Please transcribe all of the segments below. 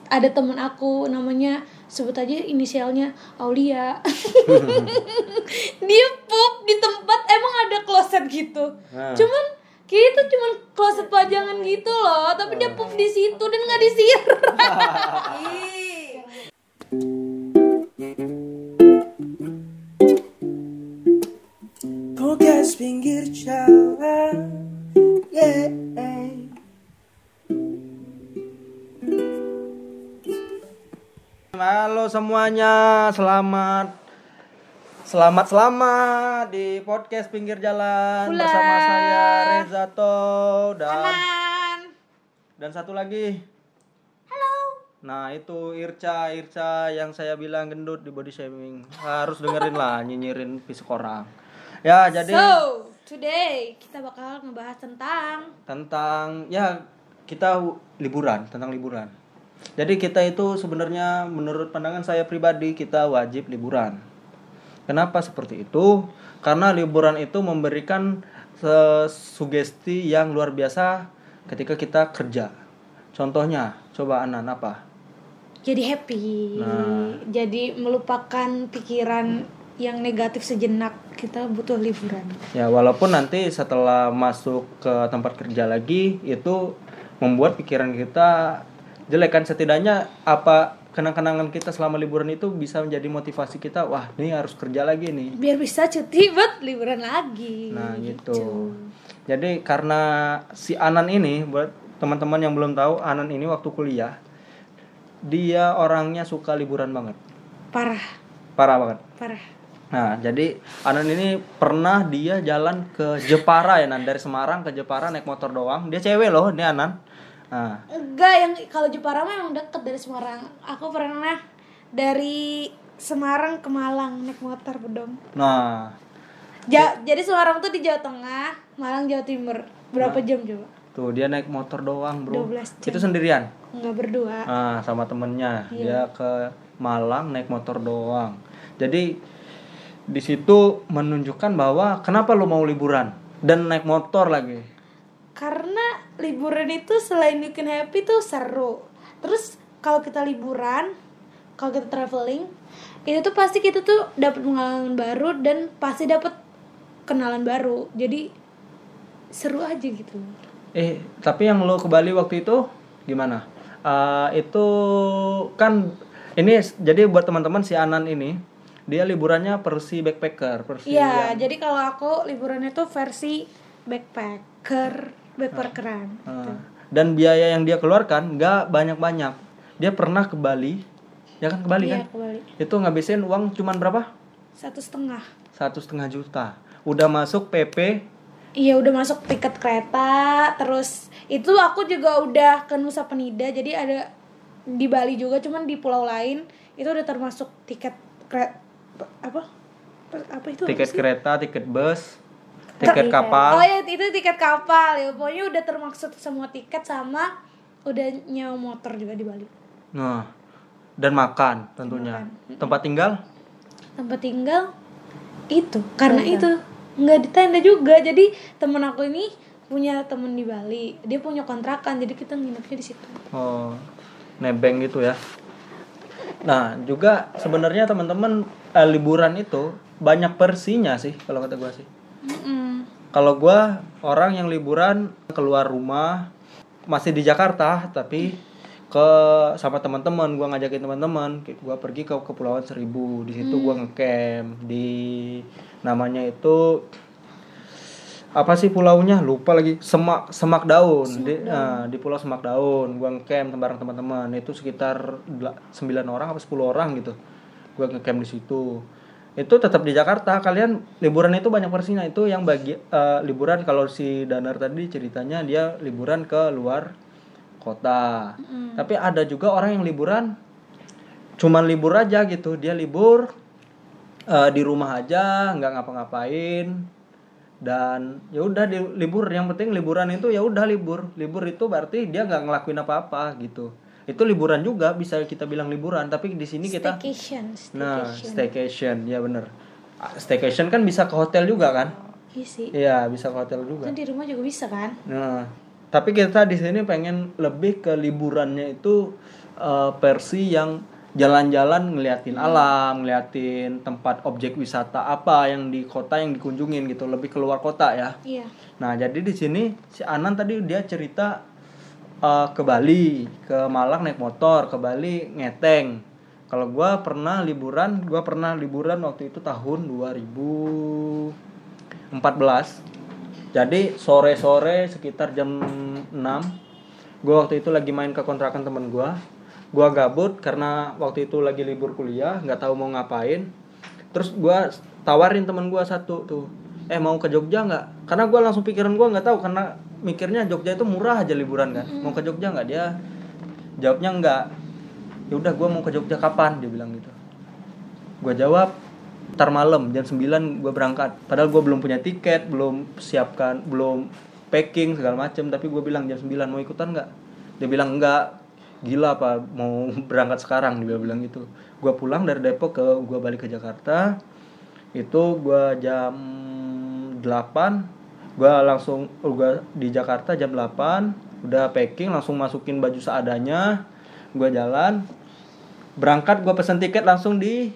ada temen aku namanya, sebut aja inisialnya Aulia. Dia pup di tempat emang ada kloset gitu. Cuman kayak itu cuman kloset pajangan gitu loh, tapi dia pup di situ dan nggak disiram. Podcast pinggir jalan, yeah. Halo semuanya, selamat di podcast pinggir jalan. Hula. Bersama saya Rezato dan satu lagi. Halo. Nah itu Irca yang saya bilang gendut di body shaming. Harus dengerin lah, nyinyirin fisik orang. Ya jadi. So today kita bakal ngebahas tentang ya kita tentang liburan. Jadi kita itu sebenarnya menurut pandangan saya pribadi kita wajib liburan. Kenapa seperti itu? Karena liburan itu memberikan sugesti yang luar biasa ketika kita kerja. Contohnya, coba Anan apa? jadi happy. Jadi melupakan pikiran yang negatif sejenak. Kita butuh liburan. Ya walaupun nanti setelah masuk ke tempat kerja lagi itu membuat pikiran kita jelek kan, setidaknya apa kenang-kenangan kita selama liburan itu bisa menjadi motivasi kita, wah ini harus kerja lagi nih biar bisa cuti buat liburan lagi. Nah gitu. Jadi karena si Anan ini, buat teman-teman yang belum tahu, Anan ini waktu kuliah dia orangnya suka liburan banget. Parah banget. Nah jadi Anan ini pernah dia jalan ke Jepara ya Nan, dari Semarang ke Jepara naik motor doang. Dia cewek loh ini Anan. Nah. Enggak, yang kalau Jepara memang deket dari Semarang. Aku pernah dari Semarang ke Malang naik motor bedom. Nah. Jadi Semarang tuh di Jawa Tengah, Malang Jawa Timur. Berapa jam coba? Tuh dia naik motor doang, bro. 12 jam. Itu sendirian? Enggak, berdua. Nah, sama temennya. Iya. Dia ke Malang naik motor doang. Jadi di situ menunjukkan bahwa kenapa lo mau liburan dan naik motor lagi. Karena liburan itu selain bikin happy tuh seru. Terus kalau kita liburan, kalau kita traveling, itu tuh pasti kita tuh dapat pengalaman baru dan pasti dapat kenalan baru. Jadi seru aja gitu. Tapi yang lo ke Bali waktu itu gimana? Itu kan ini jadi buat teman-teman si Anan ini, dia liburannya versi backpacker, Iya, jadi kalau aku liburannya tuh versi backpackeran. Gitu. Dan biaya yang dia keluarkan nggak banyak-banyak. Dia pernah ke Bali, ya kan, ke Bali kan? Ke Bali. Itu ngabisin uang cuman berapa? 1,5 juta. Udah masuk PP. Iya, udah masuk tiket kereta. Terus itu aku juga udah ke Nusa Penida. Jadi ada di Bali juga, cuman di pulau lain. Itu udah termasuk tiket apa itu? Tiket kereta, tiket bus, tiket kapal. Oh ya, itu tiket kapal ya. Pokoknya udah termaksud semua tiket sama udah nyewa motor juga di Bali. Nah, dan makan tentunya. Tempat tinggal itu. Karena itu nggak di tenda juga. Jadi temen aku ini punya temen di Bali. Dia punya kontrakan. Jadi kita nginepnya di situ. Oh, nebeng gitu ya. Nah, juga sebenarnya teman-teman liburan itu banyak versinya sih kalau kata gue sih. Kalau gue orang yang liburan keluar rumah masih di Jakarta tapi sama teman-teman, gue ngajakin teman-teman, gue pergi ke Kepulauan Seribu. Di situ gue ngecamp di namanya itu apa sih pulaunya, lupa lagi, Semak Daun. Di Pulau Semak Daun gue ngecamp bareng teman-teman. Itu sekitar 9 orang apa 10 orang gitu. Gue ngecamp di situ. Itu tetap di Jakarta. Kalian liburan itu banyak versinya. Itu yang liburan, kalau si Danar tadi ceritanya dia liburan ke luar kota. Tapi ada juga orang yang liburan cuman libur aja gitu. Dia libur di rumah aja, nggak ngapa-ngapain. Dan ya udah libur, yang penting liburan itu ya udah libur itu berarti dia nggak ngelakuin apa-apa gitu. Itu liburan juga, bisa kita bilang liburan, tapi di sini kita staycation, ya bener. Staycation kan bisa ke hotel juga kan? Iya sih. Iya, bisa ke hotel juga. Kan di rumah juga bisa kan? Nah, tapi kita di sini pengen lebih ke liburannya itu versi yang jalan-jalan ngeliatin alam, ngeliatin tempat objek wisata apa yang di kota yang dikunjungin gitu, lebih keluar kota ya. Iya. Nah, jadi di sini si Anan tadi dia cerita ke Bali, ke Malang naik motor, ke Bali ngeteng. Kalau gue pernah liburan waktu itu tahun 2014. Jadi sore-sore sekitar jam 6, gue waktu itu lagi main ke kontrakan temen gue. Gue gabut karena waktu itu lagi libur kuliah, nggak tahu mau ngapain. Terus gue tawarin temen gue satu tuh, mau ke Jogja nggak? Karena gue langsung pikiran gue nggak tahu, karena mikirnya Jogja itu murah aja liburan kan. Mau ke Jogja nggak? Dia jawabnya nggak. Ya udah, gue mau ke Jogja kapan? Dia bilang gitu. Gue jawab ntar malam jam 9 gue berangkat. Padahal gue belum punya tiket, belum siapkan, belum packing segala macem. Tapi gue bilang jam 9 mau ikutan nggak? Dia bilang enggak. Gila apa mau berangkat sekarang, dia bilang gitu. Gue pulang dari Depok gue balik ke Jakarta. Itu gue jam 8. Gue di Jakarta jam 8. Udah packing, langsung masukin baju seadanya. Gue jalan. Berangkat, gue pesen tiket langsung di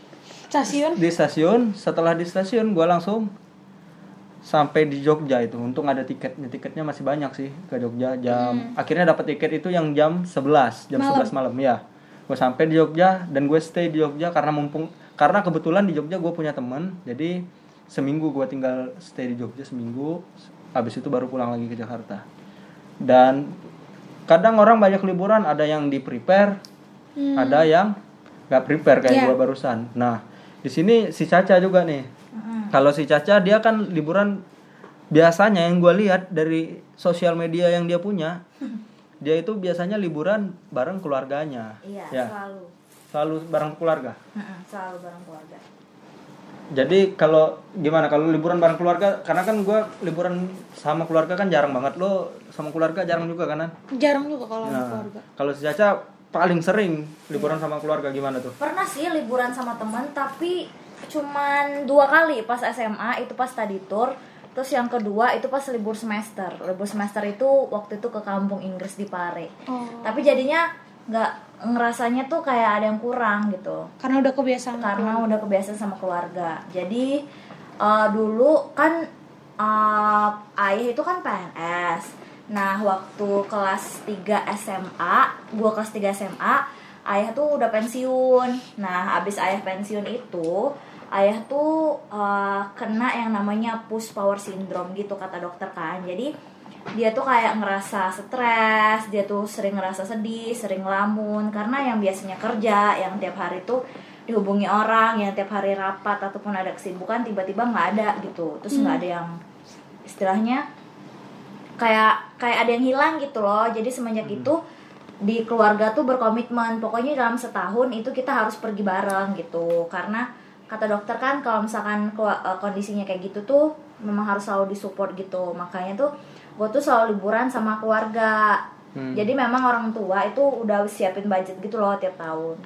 stasiun. Setelah di stasiun gue langsung sampai di Jogja itu. Untung ada tiketnya masih banyak sih ke Jogja. Akhirnya dapat tiket itu yang jam 11 malam ya. Gue sampai di Jogja dan gue stay di Jogja karena kebetulan di Jogja gue punya teman. Jadi seminggu gue tinggal stay di Jogja seminggu. Habis itu baru pulang lagi ke Jakarta. Dan kadang orang banyak liburan, ada yang di prepare, ada yang nggak prepare kayak gue barusan. Nah, di sini si Caca juga nih. Kalau si Caca dia kan liburan, biasanya yang gue lihat dari sosial media yang dia punya, dia itu biasanya liburan bareng keluarganya. Iya, ya. Selalu bareng keluarga. Selalu bareng keluarga. Jadi kalau gimana kalau liburan bareng keluarga? Karena kan gue liburan sama keluarga kan jarang banget. Lo sama keluarga jarang juga kan? Jarang juga kalau sama keluarga. Kalau si Caca paling sering liburan sama keluarga, gimana tuh? Pernah sih liburan sama teman, tapi cuman 2 kali. Pas SMA itu pas study tour. Terus yang kedua itu pas libur semester. Libur semester itu waktu itu ke kampung Inggris di Pare. Tapi jadinya nggak ngerasanya tuh kayak ada yang kurang gitu. Karena udah kebiasaan. Udah kebiasaan sama keluarga. Jadi dulu kan ayah itu kan PNS. Nah waktu kelas 3 SMA, gue kelas 3 SMA, ayah tuh udah pensiun. Nah abis ayah pensiun itu, ayah tuh kena yang namanya push power syndrome gitu kata dokter kan. Jadi dia tuh kayak ngerasa stres, dia tuh sering ngerasa sedih, sering ngelamun. Karena yang biasanya kerja, yang tiap hari tuh dihubungi orang, yang tiap hari rapat ataupun ada kesibukan, tiba-tiba gak ada gitu. Terus gak ada yang istilahnya kayak ada yang hilang gitu loh. Jadi semenjak itu di keluarga tuh berkomitmen, pokoknya dalam setahun itu kita harus pergi bareng gitu. Karena kata dokter kan kalau misalkan kondisinya kayak gitu tuh memang harus selalu disupport gitu. Makanya tuh gue tuh selalu liburan sama keluarga. Jadi memang orang tua itu udah siapin budget gitu loh tiap tahun.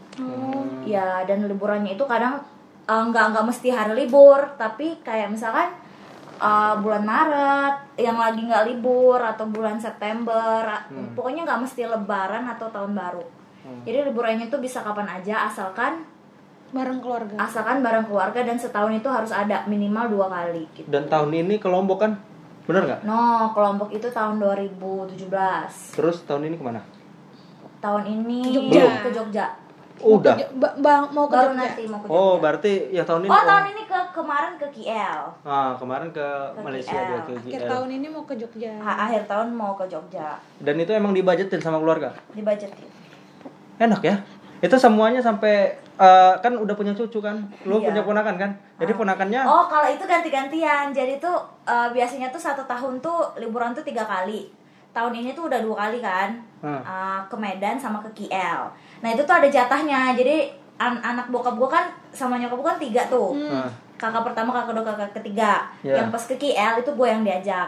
Ya dan liburannya itu kadang nggak mesti hari libur, tapi kayak misalkan bulan Maret yang lagi nggak libur, atau bulan September, pokoknya nggak mesti Lebaran atau Tahun Baru. Jadi liburannya tuh bisa kapan aja asalkan bareng keluarga dan setahun itu harus ada minimal 2 kali gitu. Dan tahun ini ke Lombok kan? Bener nggak? No, ke Lombok itu tahun 2017. Terus tahun ini kemana? Tahun ini ke Jogja. Udah. Mau ke Baru Jogja. nanti mau ke Jogja. Oh, berarti ya tahun ini. Oh, tahun ini kemarin ke KL. Kemarin ke Malaysia dia ke Akhir KL. tahun ini mau ke Jogja. Akhir tahun mau ke Jogja. Dan itu emang dibajetin sama keluarga? Dibajetin. Enak ya? Itu semuanya sampai kan udah punya cucu kan? Lu punya ponakan kan? Jadi ponakannya. Oh, kalau itu ganti-gantian. Jadi tuh biasanya tuh 1 tahun tuh liburan tuh 3 kali. Tahun ini tuh udah 2 kali kan. Ke Medan sama ke KL. Nah, itu tuh ada jatahnya. Jadi anak bokap gue kan sama nyokap gue kan 3 tuh. Kakak pertama, kakak kedua, kakak ketiga. Yang pas ke KL itu gue yang diajak.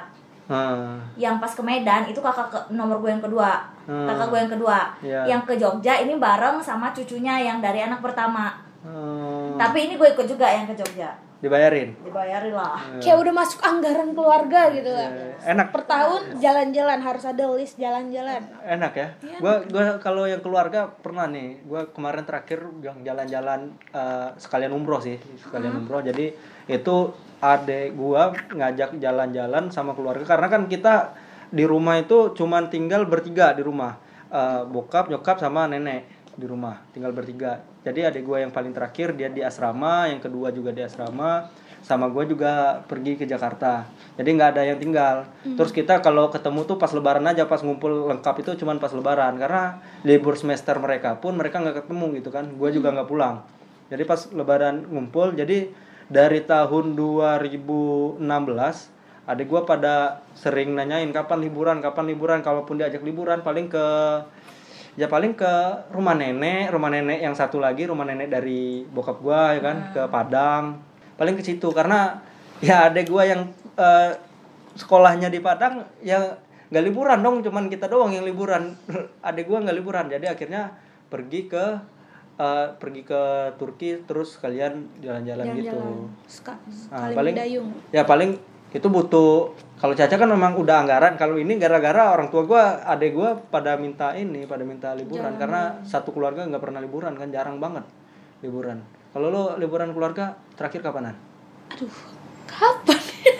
Yang pas ke Medan itu nomor gue yang kedua. Kakak gue yang kedua. Yang ke Jogja ini bareng sama cucunya yang dari anak pertama. Tapi ini gue ikut juga yang ke Jogja. Dibayarin. Dibayarin lah. Kayak udah masuk anggaran keluarga gitu lah. Enak. Per tahun jalan-jalan, harus ada list jalan-jalan. Enak ya. Gua kalau yang keluarga pernah nih. Gua kemarin terakhir yang jalan-jalan sekalian umroh sih, umroh. Jadi itu adek gua ngajak jalan-jalan sama keluarga karena kan kita di rumah itu cuman tinggal bertiga di rumah. Bokap, nyokap sama nenek di rumah, tinggal bertiga. Jadi adik gue yang paling terakhir dia di asrama, yang kedua juga di asrama, sama gue juga pergi ke Jakarta. Jadi nggak ada yang tinggal. Terus kita kalau ketemu tuh pas lebaran aja, pas ngumpul lengkap itu cuman pas lebaran karena libur semester mereka pun mereka nggak ketemu gitu kan. Gue juga nggak pulang. Jadi pas lebaran ngumpul. Jadi dari tahun 2016 adik gue pada sering nanyain kapan liburan. Kalaupun diajak liburan paling ke rumah nenek yang satu lagi rumah nenek dari bokap gua ya kan, ke Padang, paling ke situ karena ya adek gua yang sekolahnya di Padang ya nggak liburan dong, cuman kita doang yang liburan. Adek gua nggak liburan, jadi akhirnya pergi ke Turki terus kalian jalan-jalan gitu. Paling dayung. Ya paling itu butuh, kalau Caca kan memang udah anggaran, kalau ini gara-gara orang tua gue, adek gue pada minta liburan karena satu keluarga nggak pernah liburan kan, jarang banget liburan. Kalau lo liburan keluarga terakhir kapanan? Aduh, kapan?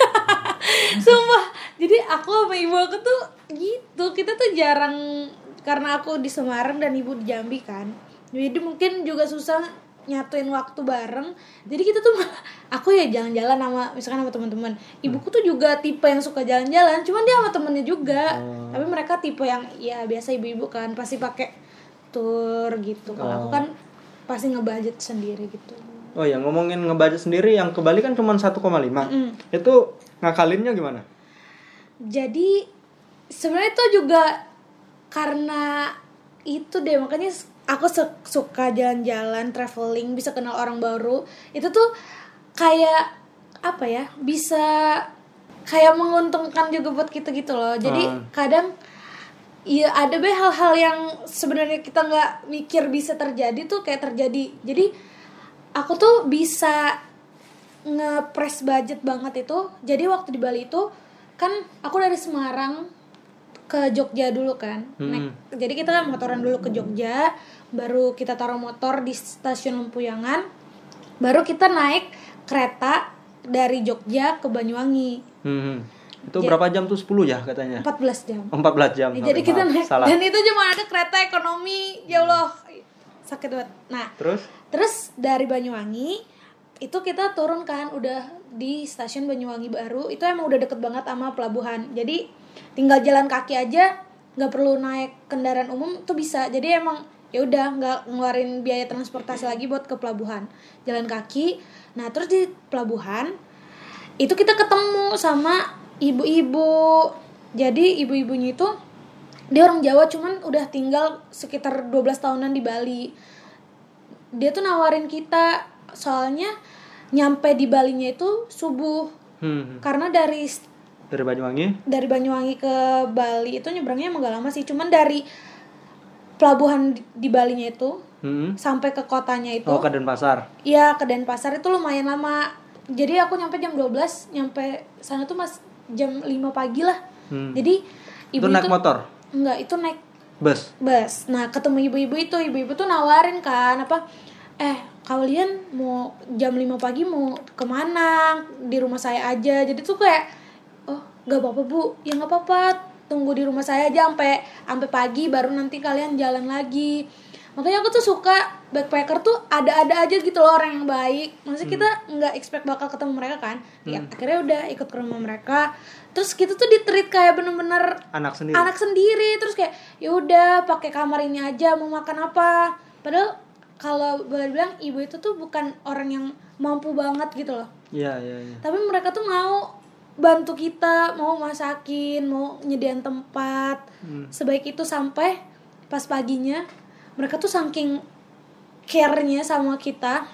Sumpah, jadi aku sama ibu aku tuh gitu, kita tuh jarang karena aku di Semarang dan ibu di Jambi kan, jadi mungkin juga susah nyatuin waktu bareng. Jadi kita tuh aku ya jalan-jalan misalkan sama teman-teman. Ibuku tuh juga tipe yang suka jalan-jalan, cuman dia sama temennya juga. Tapi mereka tipe yang ya biasa ibu-ibu kan pasti pakai tour gitu. Kalau aku kan pasti ngebudget sendiri gitu. Oh ya, ngomongin ngebudget sendiri, yang ke Bali kan cuma 1,5. Itu ngakalinnya gimana? Jadi sebenarnya itu juga karena itu deh, makanya aku suka jalan-jalan, traveling, bisa kenal orang baru. Itu tuh kayak apa ya, bisa kayak menguntungkan juga buat kita gitu loh. Jadi kadang ya ada hal-hal yang sebenarnya kita nggak mikir bisa terjadi tuh kayak terjadi. Jadi aku tuh bisa nge-press budget banget itu. Jadi waktu di Bali itu kan aku dari Semarang ke Jogja dulu kan. Jadi kita kan motoran dulu ke Jogja, baru kita taruh motor di stasiun Lempuyangan, baru kita naik kereta dari Jogja ke Banyuwangi. Itu berapa jam tuh? 10 ya katanya? 14 jam. 14 jam. Jadi kita naik, salah. Dan itu cuma ada kereta ekonomi, ya Allah, sakit banget. Nah, terus dari Banyuwangi itu kita turun kan, udah di stasiun Banyuwangi baru. Itu emang udah deket banget sama pelabuhan. Jadi tinggal jalan kaki aja, nggak perlu naik kendaraan umum tuh bisa. Jadi emang ya udah nggak ngeluarin biaya transportasi lagi buat ke pelabuhan, jalan kaki. Nah terus di pelabuhan itu kita ketemu sama ibu-ibu. Jadi ibu-ibunya itu dia orang Jawa, cuman udah tinggal sekitar 12 tahunan di Bali. Dia tuh nawarin kita, soalnya nyampe di Balinya itu subuh. Karena dari Banyuwangi ke Bali itu nyebrangnya emang gak lama sih, cuman dari pelabuhan di Balinya itu sampai ke kotanya itu. Ke Denpasar. Iya, ke Denpasar itu lumayan lama. Jadi aku nyampe jam 12, nyampe sana tuh jam 5 pagi lah. Jadi ibu itu naik motor? Enggak, itu naik bus. Nah, ketemu ibu-ibu tuh nawarin kan kalian mau jam 5 pagi mau kemana? Di rumah saya aja. Jadi tuh kayak, oh gak apa-apa bu, ya gak apa-apa, tunggu di rumah saya aja sampai pagi, baru nanti kalian jalan lagi. Makanya aku tuh suka backpacker tuh ada-ada aja gitu loh, orang yang baik. Maksudnya kita nggak expect bakal ketemu mereka kan. Ya akhirnya udah ikut ke rumah mereka. Terus kita tuh di-treat kayak bener-bener anak sendiri. Terus kayak ya udah pakai kamar ini aja, mau makan apa. Padahal kalau boleh bilang ibu itu tuh bukan orang yang mampu banget gitu loh. Iya. Tapi mereka tuh mau bantu kita, mau masakin, mau nyediain tempat. Sebaik itu, sampai pas paginya mereka tuh saking care-nya sama kita,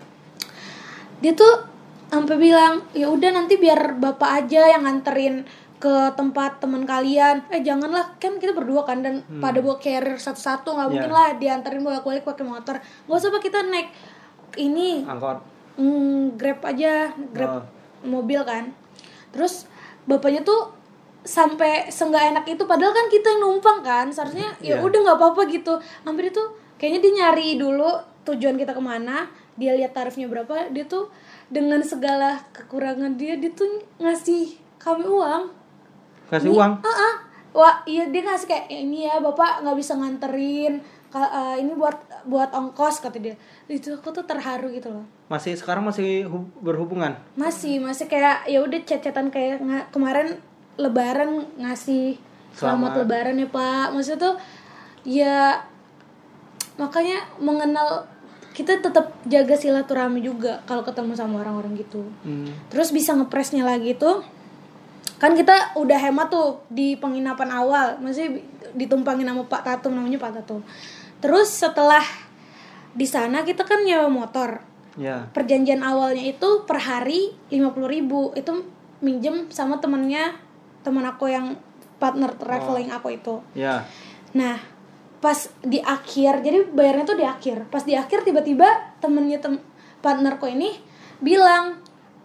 dia tuh sampai bilang, ya udah nanti biar bapak aja yang nganterin ke tempat teman kalian. Janganlah, kan kita berdua kan, dan pada bawa carrier satu-satu, nggak mungkin lah dianterin bolak-balik pakai motor. Nggak usah pak, kita naik ini Grab aja, Grab Oh. mobil kan. Terus bapaknya tuh sampai senggak enak itu, padahal kan kita yang numpang kan, seharusnya ya Iya. udah nggak apa-apa gitu. Hampir itu kayaknya dia nyari dulu tujuan kita kemana, dia lihat tarifnya berapa, dia tuh dengan segala kekurangan dia tuh ngasih kami uang. Kasih uang. Wah, iya dia ngasih kayak ini ya bapak nggak bisa nganterin, ini buat ongkos kata dia. Itu aku tuh terharu gitu loh. Sekarang masih berhubungan. Masih kayak ya udah chat-chatan kayak kemarin Lebaran ngasih selamat Lebaran ya Pak. Maksudnya tuh ya makanya mengenal, kita tetap jaga silaturahmi juga kalau ketemu sama orang-orang gitu. Terus bisa ngepresnya lagi tuh kan kita udah hemat tuh di penginapan awal, masih ditumpangin sama Pak Tatum, namanya Pak Tatum. Terus setelah di sana kita kan nyewa motor. Ya. Perjanjian awalnya itu per hari 50.000, itu minjem sama teman aku yang partner traveling aku itu. Ya. Nah pas di akhir, jadi bayarnya tuh di akhir. Pas di akhir tiba-tiba partnerku ini bilang,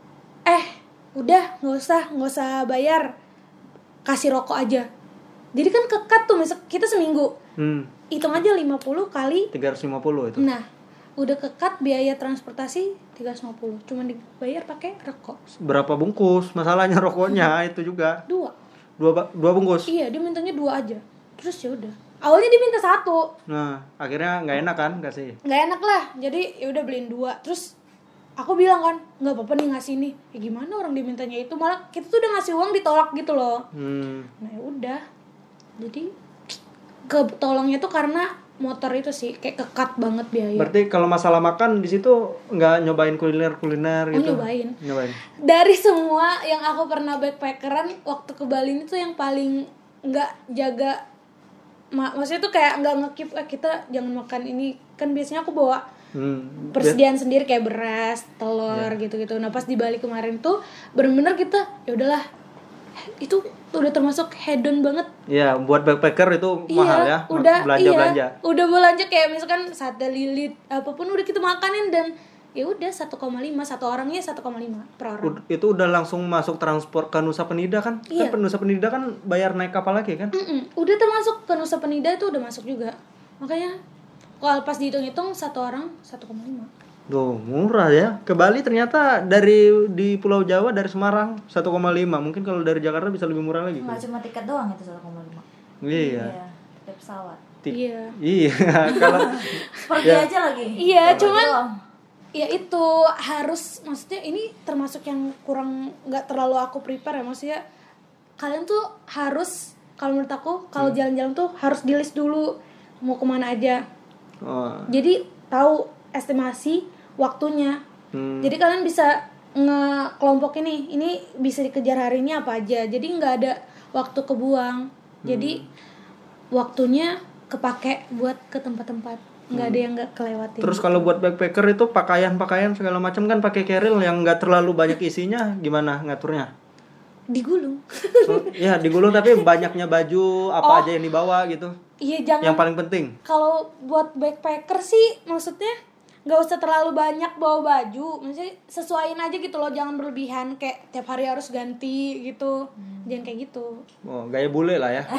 udah nggak usah bayar, kasih rokok aja. Jadi kan kekat tuh, misal kita seminggu, hitung aja 50 kali 350 itu. Nah udah kekat biaya transportasi 350, cuma dibayar pakai rokok. Berapa bungkus? Masalahnya rokoknya itu juga. Dua bungkus. Iya, dia mintanya 2 aja. Terus ya udah. Awalnya dia minta 1. Nah, akhirnya nggak enak kan kasih. Nggak enak lah. Jadi ya udah beliin 2. Terus aku bilang kan, nggak apa-apa nih ngasih nih. Ya gimana orang dimintanya itu, malah kita tuh udah ngasih uang ditolak gitu loh. Nah ya udah. Jadi ketolongnya tuh karena motor itu sih, kayak kekat banget biaya. Berarti kalau masalah makan di situ nggak nyobain kuliner gitu? Nyobain. Dari semua yang aku pernah backpackeran waktu ke Bali ini tuh yang paling nggak jaga, maksudnya tuh kayak nggak nge-keep kita jangan makan ini, kan biasanya aku bawa persediaan sendiri kayak beras, telur gitu-gitu. Nah pas di Bali kemarin tuh bener-bener kita ya udahlah, itu udah termasuk hedon banget. Iya, buat backpacker itu mahal ya. Belanja. Udah belanja kayak misalkan sate lilit apapun udah kita makanin, dan ya udah 1,5 satu orangnya 1,5 per orang. Itu udah langsung masuk transport ke Nusa Penida kan? Iya. Kan Nusa Penida kan bayar naik kapal lagi kan? Udah termasuk ke Nusa Penida, itu udah masuk juga. Makanya kalau pas dihitung-hitung satu orang 1,5. Duh, murah ya. Ke Bali ternyata di Pulau Jawa dari Semarang 1,5. Mungkin kalau dari Jakarta bisa lebih murah lagi. Nggak cuma tiket doang itu 1,5. Iya. Tiket pesawat. Iya. Kalau Pergi aja lagi. Iya, cuman doang. ya itu harus, maksudnya ini termasuk yang kurang, nggak terlalu aku prepare ya, maksudnya kalian tuh harus, kalau menurut aku kalau jalan-jalan tuh harus di list dulu mau kemana aja. Jadi tahu estimasi waktunya. Jadi kalian bisa ngekelompokin nih, ini bisa dikejar hari ini apa aja, jadi nggak ada waktu kebuang. Jadi waktunya kepake buat ke tempat-tempat, nggak ada yang nggak kelewatin. Terus kalau buat backpacker itu pakaian segala macam kan pakai carrier yang nggak terlalu banyak isinya, gimana ngaturnya? Digulung. Ya digulung, tapi banyaknya baju apa aja yang dibawa gitu. Iya, jangan. Yang paling penting. Kalau buat backpacker sih maksudnya nggak usah terlalu banyak bawa baju, maksudnya sesuaiin aja gitu loh, jangan berlebihan kayak tiap hari harus ganti gitu. Jangan kayak gitu. Gaya bule lah ya.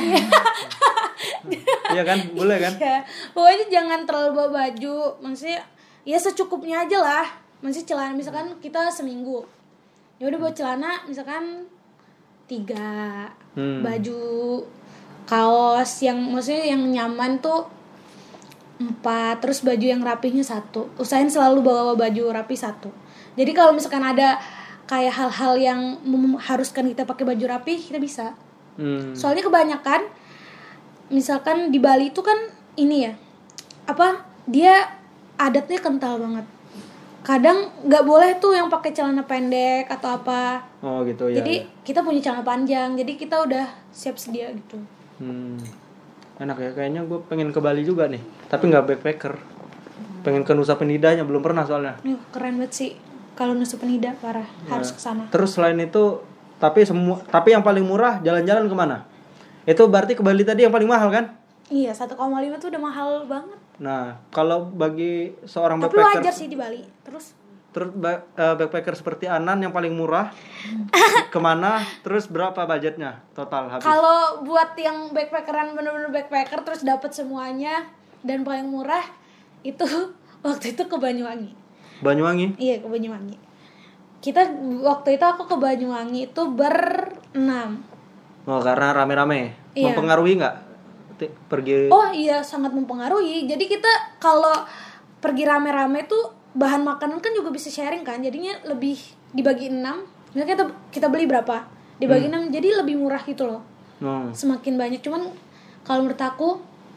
Iya kan, bule kan. Ya, pokoknya jangan terlalu bawa baju, maksudnya ya secukupnya aja lah. Maksudnya celana, misalkan kita seminggu, ya udah bawa celana misalkan 3, baju kaos yang maksudnya yang nyaman tuh 4, terus baju yang rapihnya 1. Usahain selalu bawa baju rapi 1. Jadi kalau misalkan ada kayak hal-hal yang mengharuskan kita pakai baju rapi, kita bisa. Soalnya kebanyakan misalkan di Bali itu kan ini ya, dia adatnya kental banget. Kadang nggak boleh tuh yang pakai celana pendek atau apa. Oh gitu ya. Jadi kita punya celana panjang, jadi kita udah siap sedia gitu. Enak ya, kayaknya gue pengen ke Bali juga nih, tapi nggak backpacker. Pengen ke Nusa Penidanya, belum pernah soalnya. Keren banget sih kalau Nusa Penida, parah. Harus kesana. Terus selain itu, tapi yang paling murah jalan-jalan kemana? Itu berarti ke Bali tadi yang paling mahal kan? Iya, 1,5 tuh udah mahal banget. Nah, kalau bagi seorang Tapi backpacker, wajar sih di Bali. Terus Terus backpacker seperti Anan yang paling murah kemana? Terus berapa budgetnya total habis? Kalau buat yang backpackeran bener-bener backpacker terus dapat semuanya dan paling murah itu waktu itu ke Banyuwangi. Banyuwangi? Iya, ke Banyuwangi. Kita waktu itu aku ke Banyuwangi itu berenam. Oh, karena rame-rame. Iya. Mempengaruhi nggak pergi? Oh iya, sangat mempengaruhi. Jadi kita kalau pergi rame-rame tuh bahan makanan kan juga bisa sharing kan. Jadinya lebih dibagi 6. Misalnya kita beli berapa? Dibagi 6 jadi lebih murah gitu loh. Semakin banyak. Cuman kalau menurut aku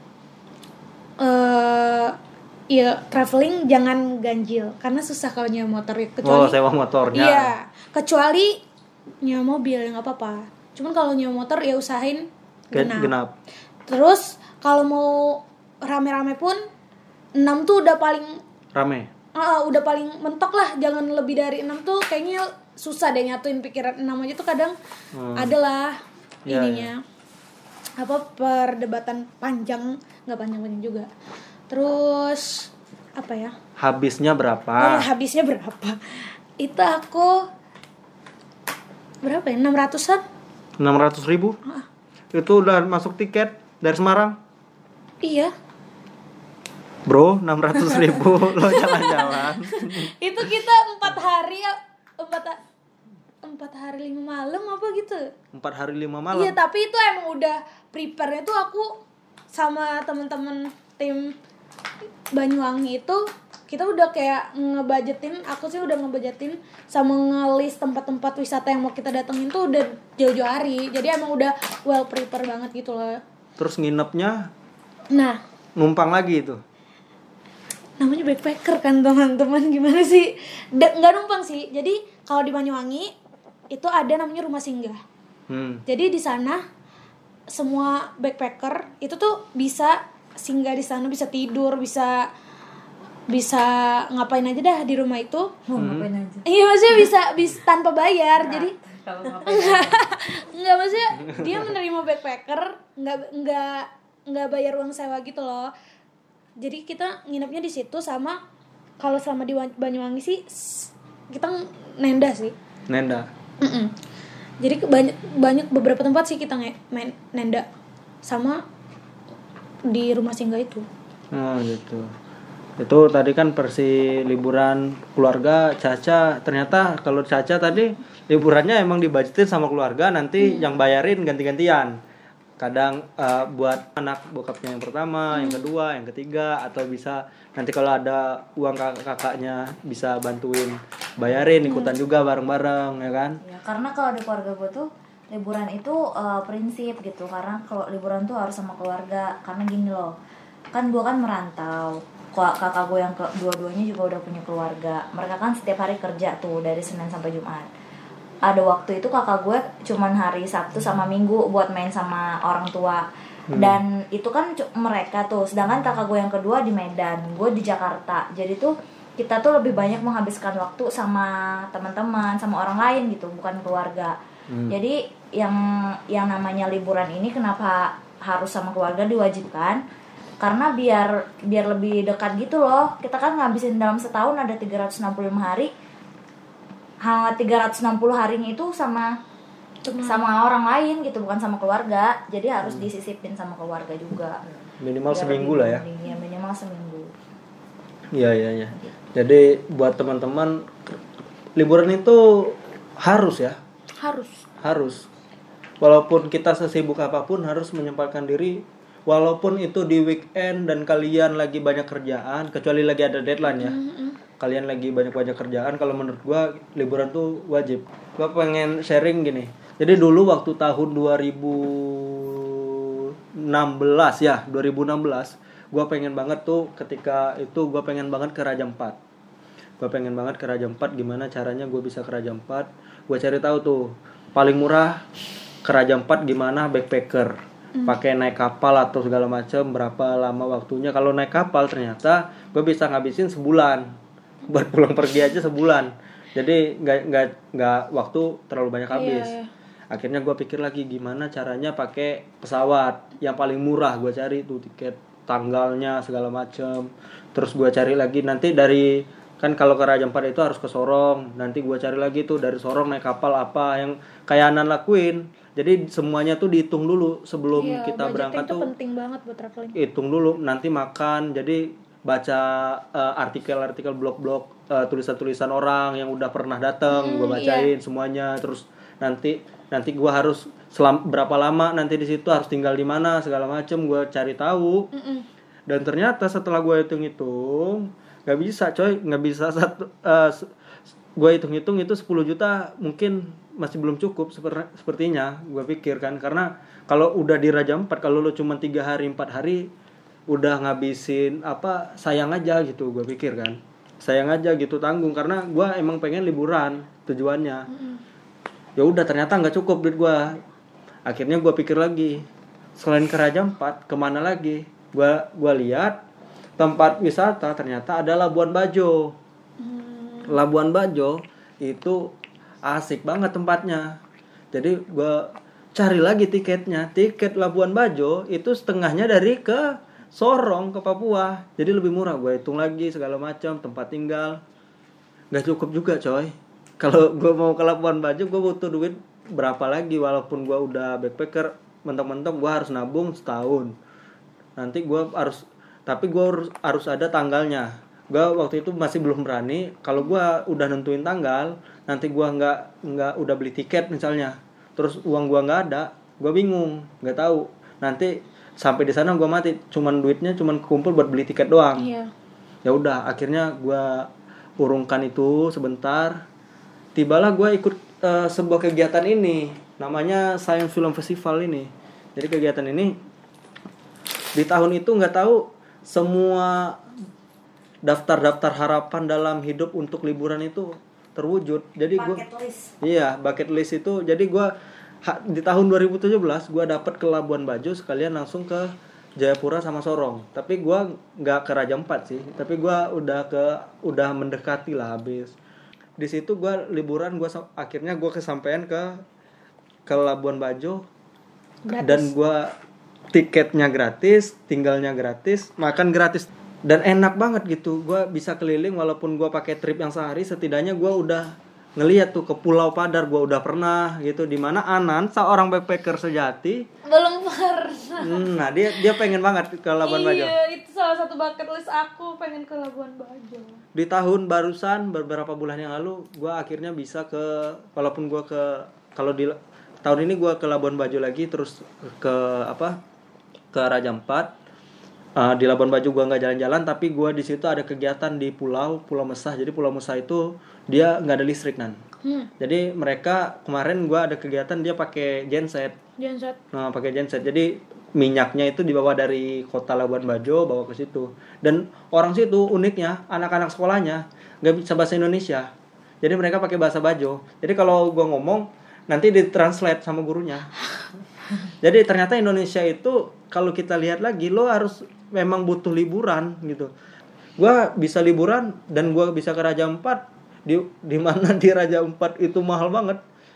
ya traveling jangan ganjil karena susah kalau nyewa motor kecuali sewa motornya. Iya, kecuali nyewa mobil ya nggak apa-apa. Cuman kalau nyewa motor ya usahain genap. Terus kalau mau rame-rame pun 6 tuh udah paling Rame. udah paling mentok lah. Jangan lebih dari 6 tuh kayaknya susah deh nyatuin pikiran. 6 aja tuh kadang adalah ininya. Apa perdebatan panjang, nggak panjang-panjang juga. Terus apa ya? Habisnya berapa? Habisnya berapa? Itu aku berapa ya? 600-an? 600.000? Itu udah masuk tiket dari Semarang? Iya. Bro, 600.000 lo jalan-jalan. Itu kita 4 hari 5 malam apa gitu. 4 hari 5 malam. Iya, tapi itu emang udah prepare-nya tuh aku sama temen-temen tim Banyuwangi itu kita udah kayak aku sih udah ngebudgetin sama ngelis tempat-tempat wisata yang mau kita datengin tuh udah jauh-jauh hari. Jadi emang udah well prepare banget gitu loh. Terus nginepnya? Nah, numpang lagi itu. Namanya backpacker kan teman-teman, gimana sih? Nggak numpang sih. Jadi kalau di Banyuwangi itu ada namanya rumah singgah. Jadi di sana semua backpacker itu tuh bisa singgah di sana, bisa tidur, bisa ngapain aja dah di rumah itu. Ngapain aja? Iya, maksudnya bisa tanpa bayar. Jadi nggak, maksudnya dia menerima backpacker nggak bayar uang sewa gitu loh. Jadi kita nginepnya di situ, sama kalau selama di Banyuwangi sih kita nenda sih. Nenda. Jadi banyak beberapa tempat sih kita main nenda sama di rumah singgah itu. Oh gitu. Itu tadi kan versi liburan keluarga Caca. Ternyata kalau Caca tadi liburannya emang dibudgetin sama keluarga, nanti yang bayarin ganti-gantian. Kadang buat anak bokapnya yang pertama, yang kedua, yang ketiga, atau bisa nanti kalau ada uang kakaknya bisa bantuin bayarin, ikutan juga bareng-bareng, ya kan? Ya, karena kalau di keluarga gue tuh liburan itu prinsip gitu. Karena kalau liburan tuh harus sama keluarga. Karena gini loh, kan gue kan merantau. Kakak gue yang dua-duanya juga udah punya keluarga. Mereka kan setiap hari kerja tuh dari Senin sampai Jumat. Ada waktu itu kakak gue cuman hari Sabtu sama Minggu buat main sama orang tua. Dan itu kan mereka tuh. Sedangkan kakak gue yang kedua di Medan, gue di Jakarta. Jadi tuh kita tuh lebih banyak menghabiskan waktu sama teman-teman, sama orang lain gitu, bukan keluarga. Jadi yang namanya liburan ini kenapa harus sama keluarga diwajibkan? Karena biar lebih dekat gitu loh. Kita kan ngabisin dalam setahun ada 365 hari. 360 harinya itu sama orang lain gitu, bukan sama keluarga. Jadi harus disisipin sama keluarga juga. Minimal seminggu lah ya. Iya, minimal seminggu. Iya. Jadi buat teman-teman, liburan itu harus ya. Harus. Walaupun kita sesibuk apapun harus menyempatkan diri. Walaupun itu di weekend dan kalian lagi banyak kerjaan, kecuali lagi ada deadline ya. Kalian lagi banyak kerjaan, kalau menurut gua liburan tuh wajib. Gua pengen sharing gini. Jadi dulu waktu tahun 2016 ya, 2016, gua pengen banget tuh ketika itu gua pengen banget ke Raja Ampat. Gimana caranya gua bisa ke Raja Ampat? Gua cari tahu tuh paling murah ke Raja Ampat gimana, backpacker. Pakai naik kapal atau segala macam, berapa lama waktunya. Kalau naik kapal ternyata gua bisa ngabisin sebulan. Buat pulang pergi aja sebulan. Jadi nggak waktu terlalu banyak habis. Iya. Akhirnya gue pikir lagi gimana caranya pakai pesawat yang paling murah. Gue cari tuh tiket, tanggalnya segala macam. Terus gue cari lagi nanti dari Kan kalau ke Raja Ampat itu harus ke Sorong. Nanti gue cari lagi tuh dari Sorong naik kapal apa yang kayak Anan lakuin. Jadi semuanya tuh dihitung dulu sebelum Iya, kita berangkat budgeting tuh. penting banget buat traveling. Hitung dulu, nanti makan. Jadi baca artikel-artikel blog-blog, tulisan-tulisan orang yang udah pernah datang, gue bacain semuanya. Terus nanti gue harus berapa lama nanti di situ, harus tinggal di mana segala macem, gue cari tahu. Dan ternyata setelah gue hitung-hitung, nggak bisa gue hitung-hitung itu 10 juta mungkin masih belum cukup sepertinya gue pikir kan, karena kalau udah di Raja Ampat, kalau lo cuma 3 hari 4 hari udah ngabisin apa, sayang aja gitu gue pikir kan, sayang aja gitu tanggung, karena gue emang pengen liburan tujuannya. Ya udah ternyata nggak cukup duit gue. Akhirnya gue pikir lagi, selain ke Raja Ampat kemana lagi. Gue lihat tempat wisata, ternyata ada Labuan Bajo. Labuan Bajo itu asik banget tempatnya. Jadi gue cari lagi tiketnya. Tiket Labuan Bajo itu setengahnya dari ke Sorong, ke Papua. Jadi lebih murah. Gue hitung lagi segala macam, tempat tinggal. Gak cukup juga coy. Kalau gue mau ke Labuan Bajo, gue butuh duit berapa lagi. Walaupun gue udah backpacker, mentok-mentok gue harus nabung setahun. Nanti gue harus, tapi gue harus ada tanggalnya. Gue waktu itu masih belum berani. Kalau gue udah nentuin tanggal, nanti gue nggak udah beli tiket misalnya, terus uang gue nggak ada, gue bingung, nggak tahu. Nanti sampai di sana gue mati, duitnya cuman kumpul buat beli tiket doang. Iya. Ya udah, akhirnya gue urungkan itu sebentar. Tibalah gue ikut sebuah kegiatan ini, namanya Science Film Festival ini. Jadi kegiatan ini di tahun itu nggak tahu semua daftar harapan dalam hidup untuk liburan itu terwujud. Jadi gue bucket list itu. Jadi gue di tahun 2017 gue dapat ke Labuan Bajo sekalian langsung ke Jayapura sama Sorong. Tapi gue nggak ke Raja Ampat sih. Tapi gue udah mendekati lah habis. Di situ gue liburan, akhirnya gue kesampaian ke Labuan Bajo. Gratis. Dan gue tiketnya gratis, tinggalnya gratis, makan gratis. Dan enak banget gitu, gue bisa keliling walaupun gue pakai trip yang sehari, setidaknya gue udah ngeliat tuh ke Pulau Padar, gue udah pernah gitu, dimana Anan seorang backpacker sejati belum pernah. Nah dia pengen banget ke Labuan Bajo. Iya, itu salah satu bucket list aku, pengen ke Labuan Bajo. Di tahun barusan beberapa bulan yang lalu, gue akhirnya bisa walaupun gue kalau di tahun ini gue ke Labuan Bajo lagi, terus ke Raja Ampat. Di Labuan Bajo gue nggak jalan-jalan, tapi gue di situ ada kegiatan di Pulau Mesah. Jadi Pulau Mesah itu dia nggak ada listrik nan. Jadi mereka kemarin gue ada kegiatan, dia pakai genset. Nah pakai genset. Jadi minyaknya itu dibawa dari kota Labuan Bajo bawa ke situ. Dan orang situ uniknya anak-anak sekolahnya nggak bisa bahasa Indonesia. Jadi mereka pakai bahasa Bajo. Jadi kalau gue ngomong nanti ditranslate sama gurunya. Jadi ternyata Indonesia itu kalau kita lihat lagi, lo harus memang butuh liburan gitu. Gua bisa liburan dan gua bisa ke Raja Ampat, di mana di Raja Ampat itu mahal banget.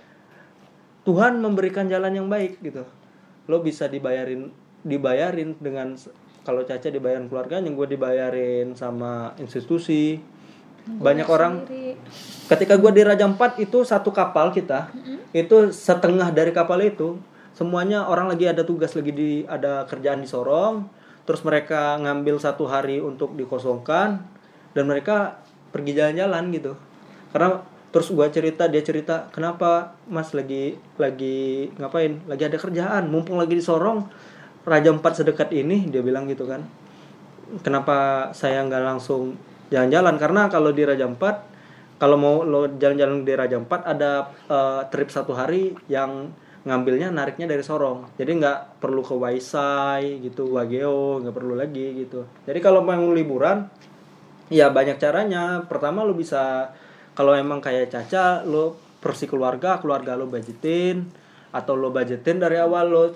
Tuhan memberikan jalan yang baik gitu. Lo bisa dibayarin dengan, kalau Caca dibayarin keluarganya, gue dibayarin sama institusi. Banyak orang sendiri. Ketika gue di Raja Ampat itu satu kapal kita, itu setengah dari kapal itu semuanya orang lagi ada tugas, ada kerjaan di Sorong, terus mereka ngambil 1 hari untuk dikosongkan dan mereka pergi jalan-jalan gitu. Karena terus dia cerita kenapa Mas lagi ngapain? Lagi ada kerjaan, mumpung lagi di Sorong, Raja Ampat sedekat ini, dia bilang gitu kan. Kenapa saya nggak langsung jalan-jalan? Karena kalau di Raja Ampat, kalau mau lo jalan-jalan di Raja Ampat ada trip 1 hari yang ngambilnya nariknya dari Sorong, jadi nggak perlu ke Waisai gitu, Wageo nggak perlu lagi gitu. Jadi kalau mau liburan ya banyak caranya. Pertama lo bisa, kalau emang kayak Caca, lo persi keluarga lo budgetin, atau lo budgetin dari awal, lo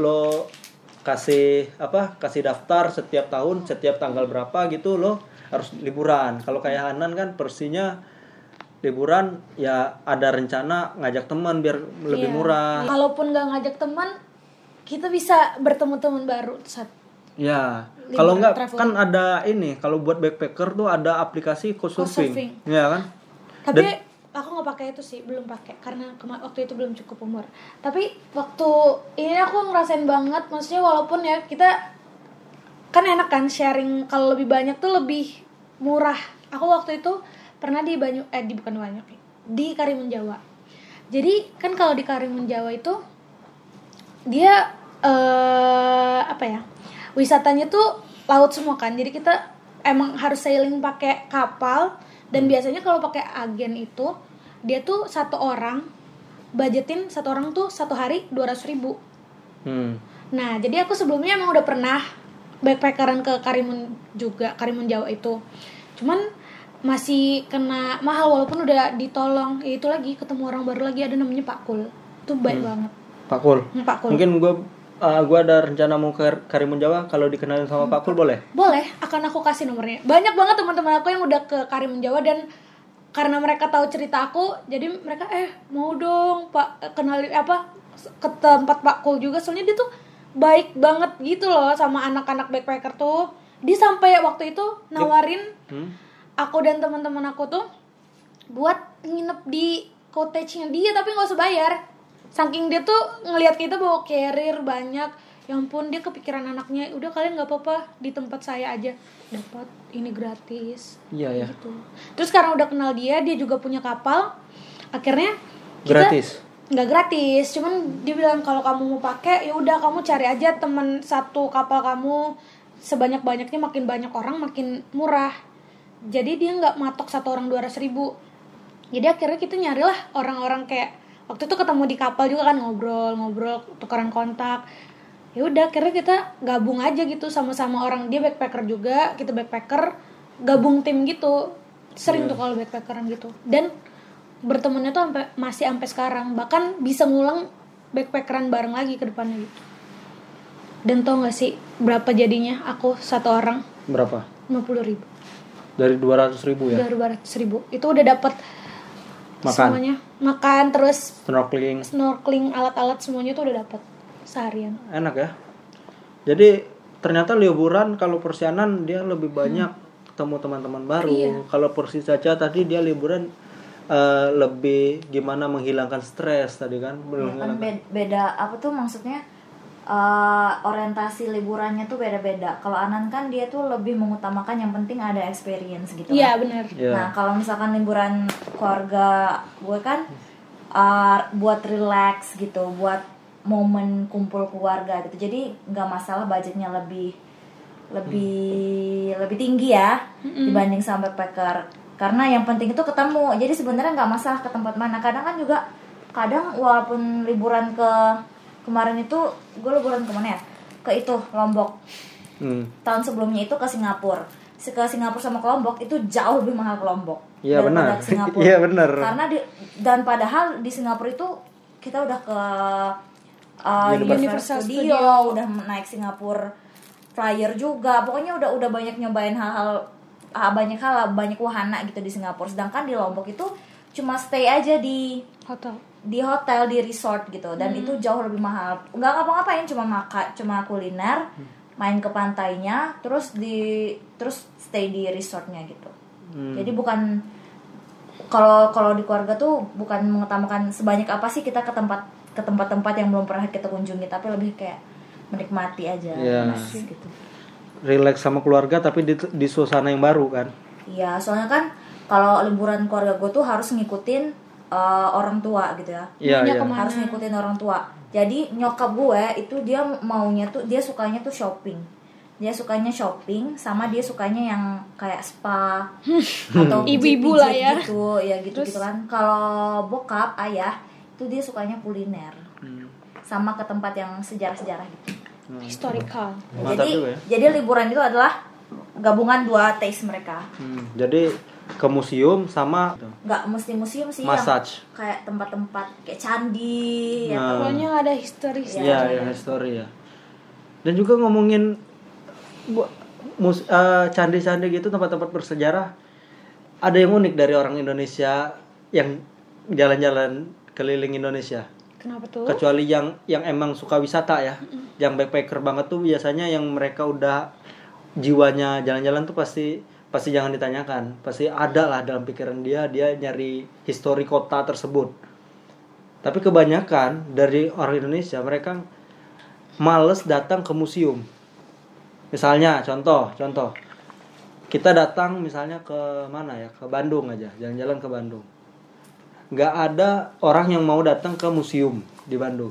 kasih daftar setiap tahun, setiap tanggal berapa gitu lo harus liburan. Kalau kayak Hanan kan persinya liburan ya ada rencana ngajak teman biar lebih murah. Kalaupun nggak ngajak teman, kita bisa bertemu teman baru. Ya, Liburan kalau enggak travel. kan ada ini, kalau buat backpacker tuh ada aplikasi Couchsurfing. Couchsurfing. Iya kan? Tapi aku nggak pakai itu sih, belum pakai karena waktu itu belum cukup umur. Tapi waktu ini aku ngerasain banget, maksudnya walaupun ya kita kan enak kan sharing, kalau lebih banyak tuh lebih murah. Aku waktu itu pernah di di Karimun Jawa. Jadi kan kalau di Karimun Jawa itu dia wisatanya tuh laut semua kan. Jadi kita emang harus sailing pakai kapal. Dan biasanya kalau pakai agen itu dia tuh satu orang budgetin satu orang tuh satu hari 200.000. Nah jadi aku sebelumnya emang udah pernah backpackeran ke Karimun Jawa itu. Cuman masih kena mahal walaupun udah ditolong. Ya itu lagi ketemu orang baru lagi, ada namanya Pak Kul. Itu baik banget. Pak Kul. Pak Kul. Mungkin gue ada rencana mau ke Karimun Jawa, kalau dikenalin sama Pak Kul boleh? Boleh, akan aku kasih nomornya. Banyak banget teman-teman aku yang udah ke Karimun Jawa, dan karena mereka tahu cerita aku, jadi mereka mau dong Pak kenalin ke tempat Pak Kul juga, soalnya dia tuh baik banget gitu loh sama anak-anak backpacker tuh. Dia sampai waktu itu nawarin aku dan teman-teman aku tuh buat nginep di cottage-nya dia tapi nggak usah bayar. Saking dia tuh ngelihat kita bawa carrier banyak, ya ampun dia kepikiran anaknya, udah kalian nggak apa-apa di tempat saya aja, dapat ini gratis. Iya. Gitu. Terus sekarang udah kenal dia juga punya kapal, akhirnya kita Gratis? Nggak gratis, cuman dia bilang kalau kamu mau pakai ya udah kamu cari aja teman satu kapal kamu, sebanyak-banyaknya, makin banyak orang makin murah. Jadi dia nggak matok satu orang 200.000. Jadi akhirnya kita nyarilah orang-orang kayak waktu itu ketemu di kapal juga kan, ngobrol tukeran kontak. Ya udah akhirnya kita gabung aja gitu sama-sama orang, dia backpacker juga, kita backpacker, gabung tim gitu. Sering tuh kalau backpackeran gitu. Dan bertemannya tuh masih sampai sekarang, bahkan bisa ngulang backpackeran bareng lagi ke depannya gitu. Dan tau gak sih berapa jadinya aku satu orang? Berapa? 50.000. Dari 200.000 ya? Dari 200.000 itu udah dapat semuanya, makan, terus snorkeling, alat-alat semuanya tuh udah dapat seharian. Enak ya. Jadi ternyata liburan kalau persianan dia lebih banyak ketemu teman-teman baru. Iya. Kalau Persi saja tadi dia liburan lebih gimana menghilangkan stres tadi kan. Ya kan beda apa tuh maksudnya, orientasi liburannya tuh beda-beda. Kalau Anan kan dia tuh lebih mengutamakan yang penting ada experience gitu. Iya benar. Nah kalau misalkan liburan keluarga gue kan buat relax gitu, buat momen kumpul keluarga gitu. Jadi nggak masalah budgetnya lebih tinggi ya dibanding sama backpacker. Karena yang penting itu ketemu. Jadi sebenarnya nggak masalah ke tempat mana. Kadang walaupun liburan kemarin itu gue liburan kemana ya? Ke itu Lombok. Tahun sebelumnya itu ke Singapura. Ke Singapura sama ke Lombok itu jauh lebih mahal ke Lombok. Iya benar. Singapura. Iya benar. Karena dan padahal di Singapura itu kita udah ke Universal Studio, udah naik Singapura Flyer juga. Pokoknya udah banyak nyobain banyak wahana gitu di Singapura. Sedangkan di Lombok itu cuma stay aja di hotel, di resort gitu, dan itu jauh lebih mahal. Nggak ngapa-ngapain, cuma kuliner, main ke pantainya, terus stay di resortnya gitu. Jadi bukan kalau di keluarga tuh bukan mengutamakan sebanyak apa sih kita ke tempat-tempat yang belum pernah kita kunjungi, tapi lebih kayak menikmati aja. Gitu. Relax sama keluarga tapi di suasana yang baru kan. Iya, soalnya kan kalau liburan keluarga gue tuh harus ngikutin orang tua gitu ya. Iya. Harus ngikutin orang tua. Jadi nyokap gue itu dia sukanya tuh shopping. Dia sukanya shopping, sama dia sukanya yang kayak spa atau ibu-ibu lah ya. Gitu, ya gitu kan. Kalau bokap, ayah itu dia sukanya kuliner. Sama ke tempat yang sejarah-sejarah gitu. Historical. Jadi liburan itu adalah gabungan dua taste mereka. Jadi ke museum sama nggak mesti museum sih, massage, yang kayak tempat-tempat kayak candi ya. Pokoknya ada histori. Iya, histori ya. Dan juga ngomongin candi-candi gitu, tempat-tempat bersejarah, ada yang unik dari orang Indonesia yang jalan-jalan keliling Indonesia. Kenapa tuh? Kecuali yang emang suka wisata ya. Yang backpacker banget tuh biasanya yang mereka udah jiwanya jalan-jalan tuh pasti jangan ditanyakan. Pasti ada lah dalam pikiran dia nyari histori kota tersebut. Tapi kebanyakan dari orang Indonesia mereka males datang ke museum. Misalnya contoh kita datang misalnya ke mana ya, ke Bandung aja, jalan-jalan ke Bandung. Nggak ada orang yang mau datang ke museum di Bandung.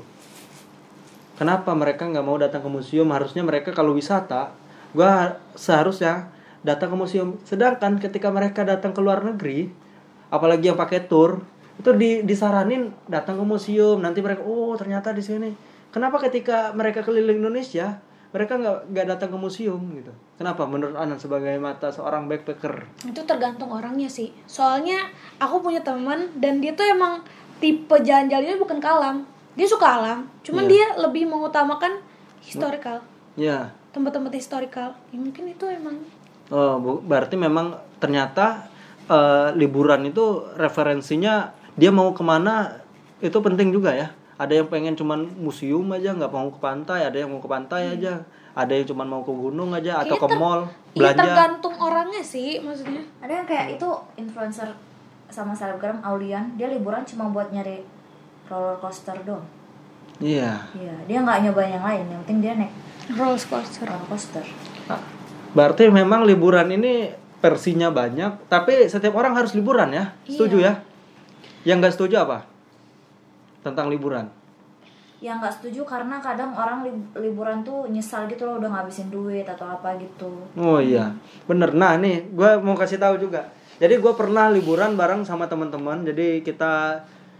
Kenapa mereka nggak mau datang ke museum? Harusnya mereka kalau wisata, gua seharusnya datang ke museum. Sedangkan ketika mereka datang ke luar negeri, apalagi yang pakai tour, itu disaranin datang ke museum. Nanti mereka, oh ternyata di sini. Kenapa ketika mereka keliling Indonesia, mereka nggak datang ke museum gitu? Kenapa menurut Anan sebagai mata seorang backpacker? Itu tergantung orangnya sih. Soalnya aku punya teman dan dia tuh emang tipe jalan-jalannya bukan ke alam. Dia suka alam, cuman dia lebih mengutamakan historical. Iya. Tempat-tempat historical. Ya, mungkin itu emang. Oh, berarti memang ternyata liburan itu referensinya dia mau kemana itu penting juga ya. Ada yang pengen cuman museum aja, nggak mau ke pantai. Ada yang mau ke pantai aja. Ada yang cuman mau ke gunung aja atau ke mall belanja. Iya, tergantung orangnya sih maksudnya. Ada yang kayak itu influencer sama selebgram Aulian, dia liburan cuma buat nyari roller coaster doang. Iya. Iya, dia nggak nyobain yang lain, yang penting dia naik Roller coaster. Nah, berarti memang liburan ini versinya banyak, tapi setiap orang harus liburan ya. Setuju ya? Yang nggak setuju apa? Tentang liburan. Yang nggak setuju karena kadang orang liburan tuh nyesal gitu loh, udah ngabisin duit atau apa gitu. Oh iya, bener. Nah nih, gue mau kasih tahu juga. Jadi gue pernah liburan bareng sama teman-teman. Jadi kita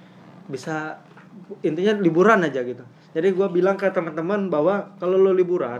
bisa intinya liburan aja gitu. Jadi gue bilang ke teman-teman bahwa kalau lo liburan,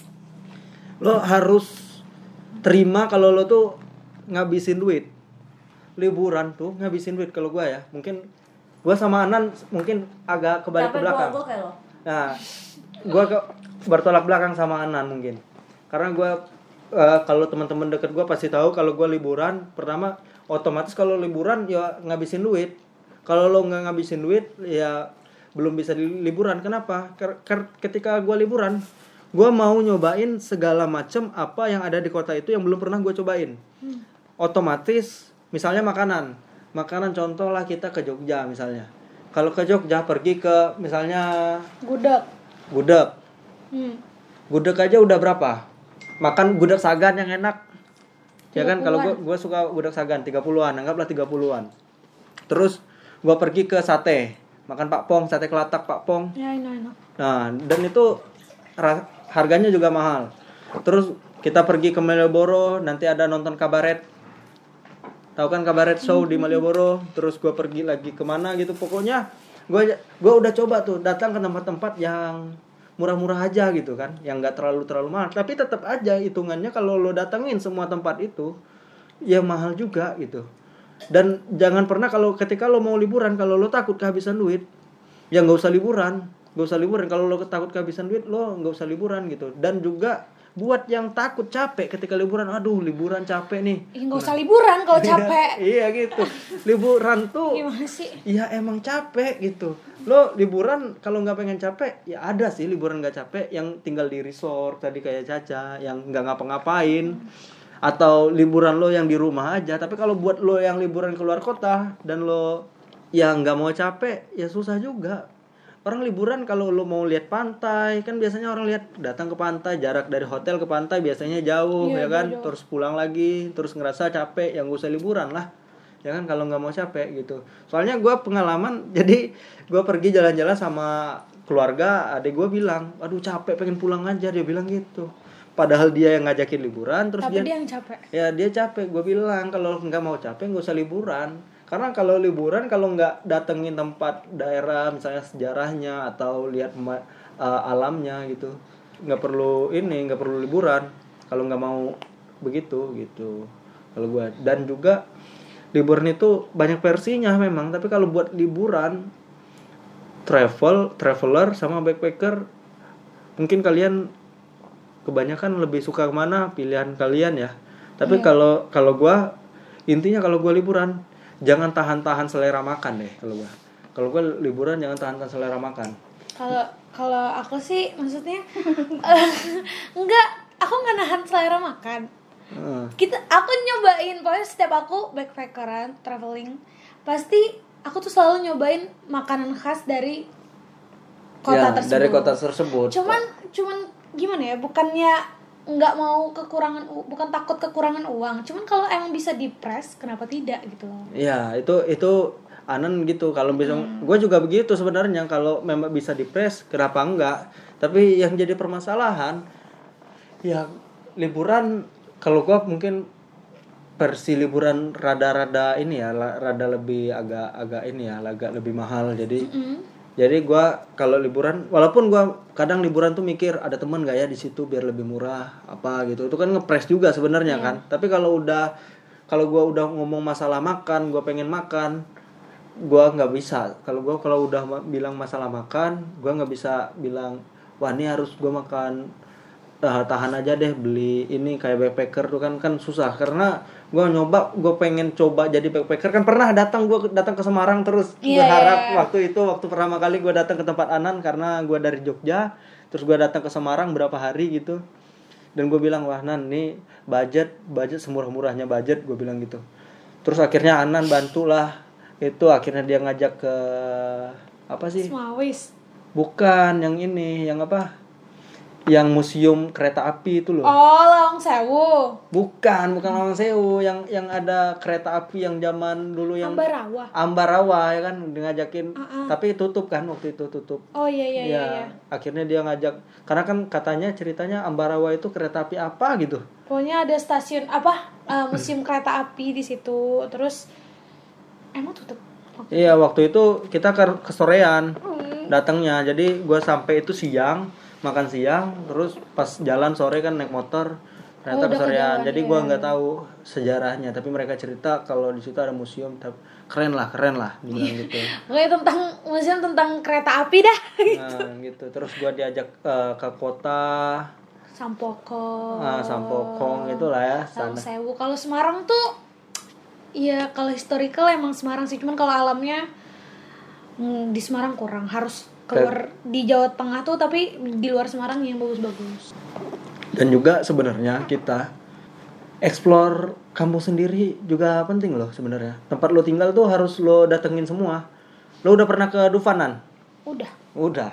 lo harus terima kalau lo tuh ngabisin duit. Liburan tuh ngabisin duit kalau gue ya. Mungkin gue sama Anan mungkin agak kebalik ke belakang. Gue kayak lo. Nah, gue bertolak belakang sama Anan mungkin. Karena gue kalau teman-teman deket gue pasti tahu kalau gue liburan, pertama otomatis kalau liburan ya ngabisin duit. Kalau lo nggak ngabisin duit ya belum bisa liburan. Kenapa? Ketika gue liburan, gue mau nyobain segala macam apa yang ada di kota itu yang belum pernah gue cobain. Otomatis misalnya makanan contoh lah kita ke Jogja misalnya. Kalau ke Jogja pergi ke misalnya Gudeg. Gudeg aja udah berapa? Makan gudeg Sagan yang enak. Ya kan kalau gue suka gudeg Sagan 30-an, anggaplah 30-an. Terus gue pergi ke sate, makan Pak Pong, sate kelatak Pak Pong. Ya, enak. Nah, dan itu harganya juga mahal. Terus kita pergi ke Malioboro, nanti ada nonton kabaret. Tahu kan kabaret show di Malioboro. Terus gue pergi lagi kemana gitu. Pokoknya gue udah coba tuh datang ke tempat-tempat yang murah-murah aja gitu kan, yang nggak terlalu mahal. Tapi tetap aja hitungannya kalau lo datengin semua tempat itu ya mahal juga gitu. Dan jangan pernah kalau ketika lo mau liburan, kalau lo takut kehabisan duit, ya nggak usah liburan. Kalau lo takut kehabisan duit, lo nggak usah liburan gitu. Dan juga buat yang takut capek ketika liburan, aduh liburan capek nih. Nggak usah liburan kalau capek. Iya gitu. Liburan tuh gimana sih? Iya emang capek gitu. Lo liburan kalau nggak pengen capek, ya ada sih liburan nggak capek yang tinggal di resort tadi kayak Caca, yang nggak ngapa-ngapain. Atau liburan lo yang di rumah aja. Tapi kalau buat lo yang liburan keluar kota dan lo yang nggak mau capek, ya susah juga. Orang liburan kalau lo mau lihat pantai, kan biasanya orang lihat datang ke pantai, jarak dari hotel ke pantai biasanya jauh, ya kan? Jauh. Terus pulang lagi, terus ngerasa capek, yang gak usah liburan lah. Ya kan kalau nggak mau capek gitu. Soalnya gue pengalaman, jadi gue pergi jalan-jalan sama keluarga, adik gue bilang, aduh capek pengen pulang aja, dia bilang gitu. Padahal dia yang ngajakin liburan, terus tapi dia yang capek. Ya dia capek. Gue bilang kalau nggak mau capek nggak usah liburan. Karena kalau liburan kalau nggak datengin tempat daerah misalnya sejarahnya atau lihat alamnya gitu, nggak perlu liburan. Kalau nggak mau begitu gitu. Kalau gue dan juga liburan itu banyak versinya memang. Tapi kalau buat liburan traveler sama backpacker, mungkin kalian kebanyakan lebih suka kemana, pilihan kalian ya. Tapi kalau gue intinya kalau gue liburan jangan tahan selera makan deh kalau gue. Kalau gue liburan jangan tahan selera makan. Kalau aku sih maksudnya enggak, aku nggak nahan selera makan. Aku nyobain, pokoknya setiap aku backpackeran, traveling, pasti aku tuh selalu nyobain makanan khas dari kota ya, tersebut. Dari kota tersebut. Cuman gimana ya? Bukannya nggak mau bukan takut kekurangan uang. Cuman kalau emang bisa dipres, kenapa tidak gitu loh? Iya, itu Anan gitu. Kalau bisa, gue juga begitu sebenarnya. Kalau memang bisa dipres, kenapa enggak? Tapi yang jadi permasalahan, ya liburan. Kalau gue mungkin versi liburan rada-rada ini ya, rada lebih agak ini ya, agak lebih mahal. Jadi gue kalau liburan, walaupun gue kadang liburan tuh mikir ada teman nggak ya di situ biar lebih murah apa gitu. Itu kan ngepres juga sebenarnya kan. Tapi kalau gue udah ngomong masalah makan, gue pengen makan, gue nggak bisa. Kalau udah bilang masalah makan, gue nggak bisa bilang wah ini harus gue makan, tahan aja deh beli ini kayak backpacker tuh kan susah. Karena gue pengen coba jadi backpacker kan, pernah datang ke Semarang terus berharap. Waktu pertama kali gue datang ke tempat Anan karena gue dari Jogja, terus gue datang ke Semarang berapa hari gitu, dan gue bilang wah Nan nih budget semurah-murahnya budget, gue bilang gitu. Terus akhirnya Anan bantulah. Itu akhirnya dia ngajak ke apa sih? Semawis. Bukan yang ini, yang apa? Yang museum kereta api itu loh. Oh, Lawang Sewu. Bukan Lawang Sewu, yang ada kereta api yang zaman dulu yang Ambarawa ya kan, ngajakin. Tapi tutup kan waktu itu tutup. Oh iya. Akhirnya dia ngajak karena kan katanya ceritanya Ambarawa itu kereta api apa gitu. Pokoknya ada stasiun museum kereta api di situ. Terus emang tutup? Iya, waktu itu kita ke sorean datangnya. Jadi gue sampai itu siang, makan siang, terus pas jalan sore kan naik motor, ternyata ke sorean. Jadi gue nggak tahu sejarahnya, tapi mereka cerita kalau di situ ada museum. Keren lah dibilang gitu. Oke, tentang museum tentang kereta api dah. Nah, gitu. Terus gue diajak ke kota Sampokong itulah ya. Lawang Sewu. Kalau Semarang tuh iya, kalau historical emang Semarang sih. Cuman kalau alamnya di Semarang kurang. Harus keluar di Jawa Tengah tuh, tapi di luar Semarang yang bagus-bagus. Dan juga sebenarnya kita explore kampung sendiri juga penting loh sebenarnya. Tempat lo tinggal tuh harus lo datengin semua. Lo udah pernah ke Dufanan? Udah.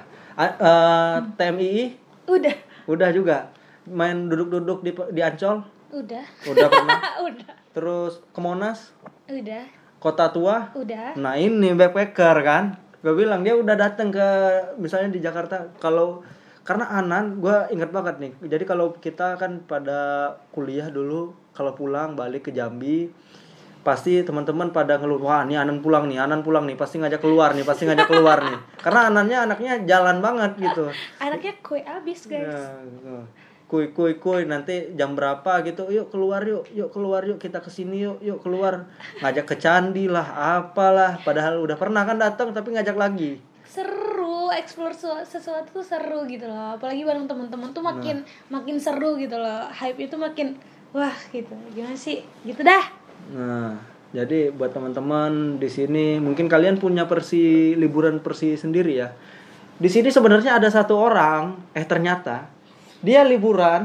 TMII? Udah juga. Main duduk-duduk di Ancol? Udah pernah. Udah. Terus ke Monas? Udah. Kota Tua? Udah. Nah ini backpacker kan. Gue bilang dia udah datang ke misalnya di Jakarta. Karena Anan, gue ingat banget nih. Jadi kalau kita kan pada kuliah dulu, kalau pulang balik ke Jambi, pasti teman-teman pada ngeluh, wah nih Anan pulang nih, pasti ngajak keluar nih. Karena anaknya jalan banget gitu. Anaknya kue abis guys. Ya, kuy nanti jam berapa gitu, yuk keluar yuk kita kesini yuk keluar, ngajak ke candi lah apalah, padahal udah pernah kan datang tapi ngajak lagi. Seru, explore sesuatu tuh seru gitu loh, apalagi bareng teman-teman tuh makin seru gitu loh, hype itu makin wah gitu, gimana sih gitu dah. Nah jadi buat teman-teman di sini mungkin kalian punya liburan sendiri ya. Di sini sebenarnya ada satu orang ternyata dia liburan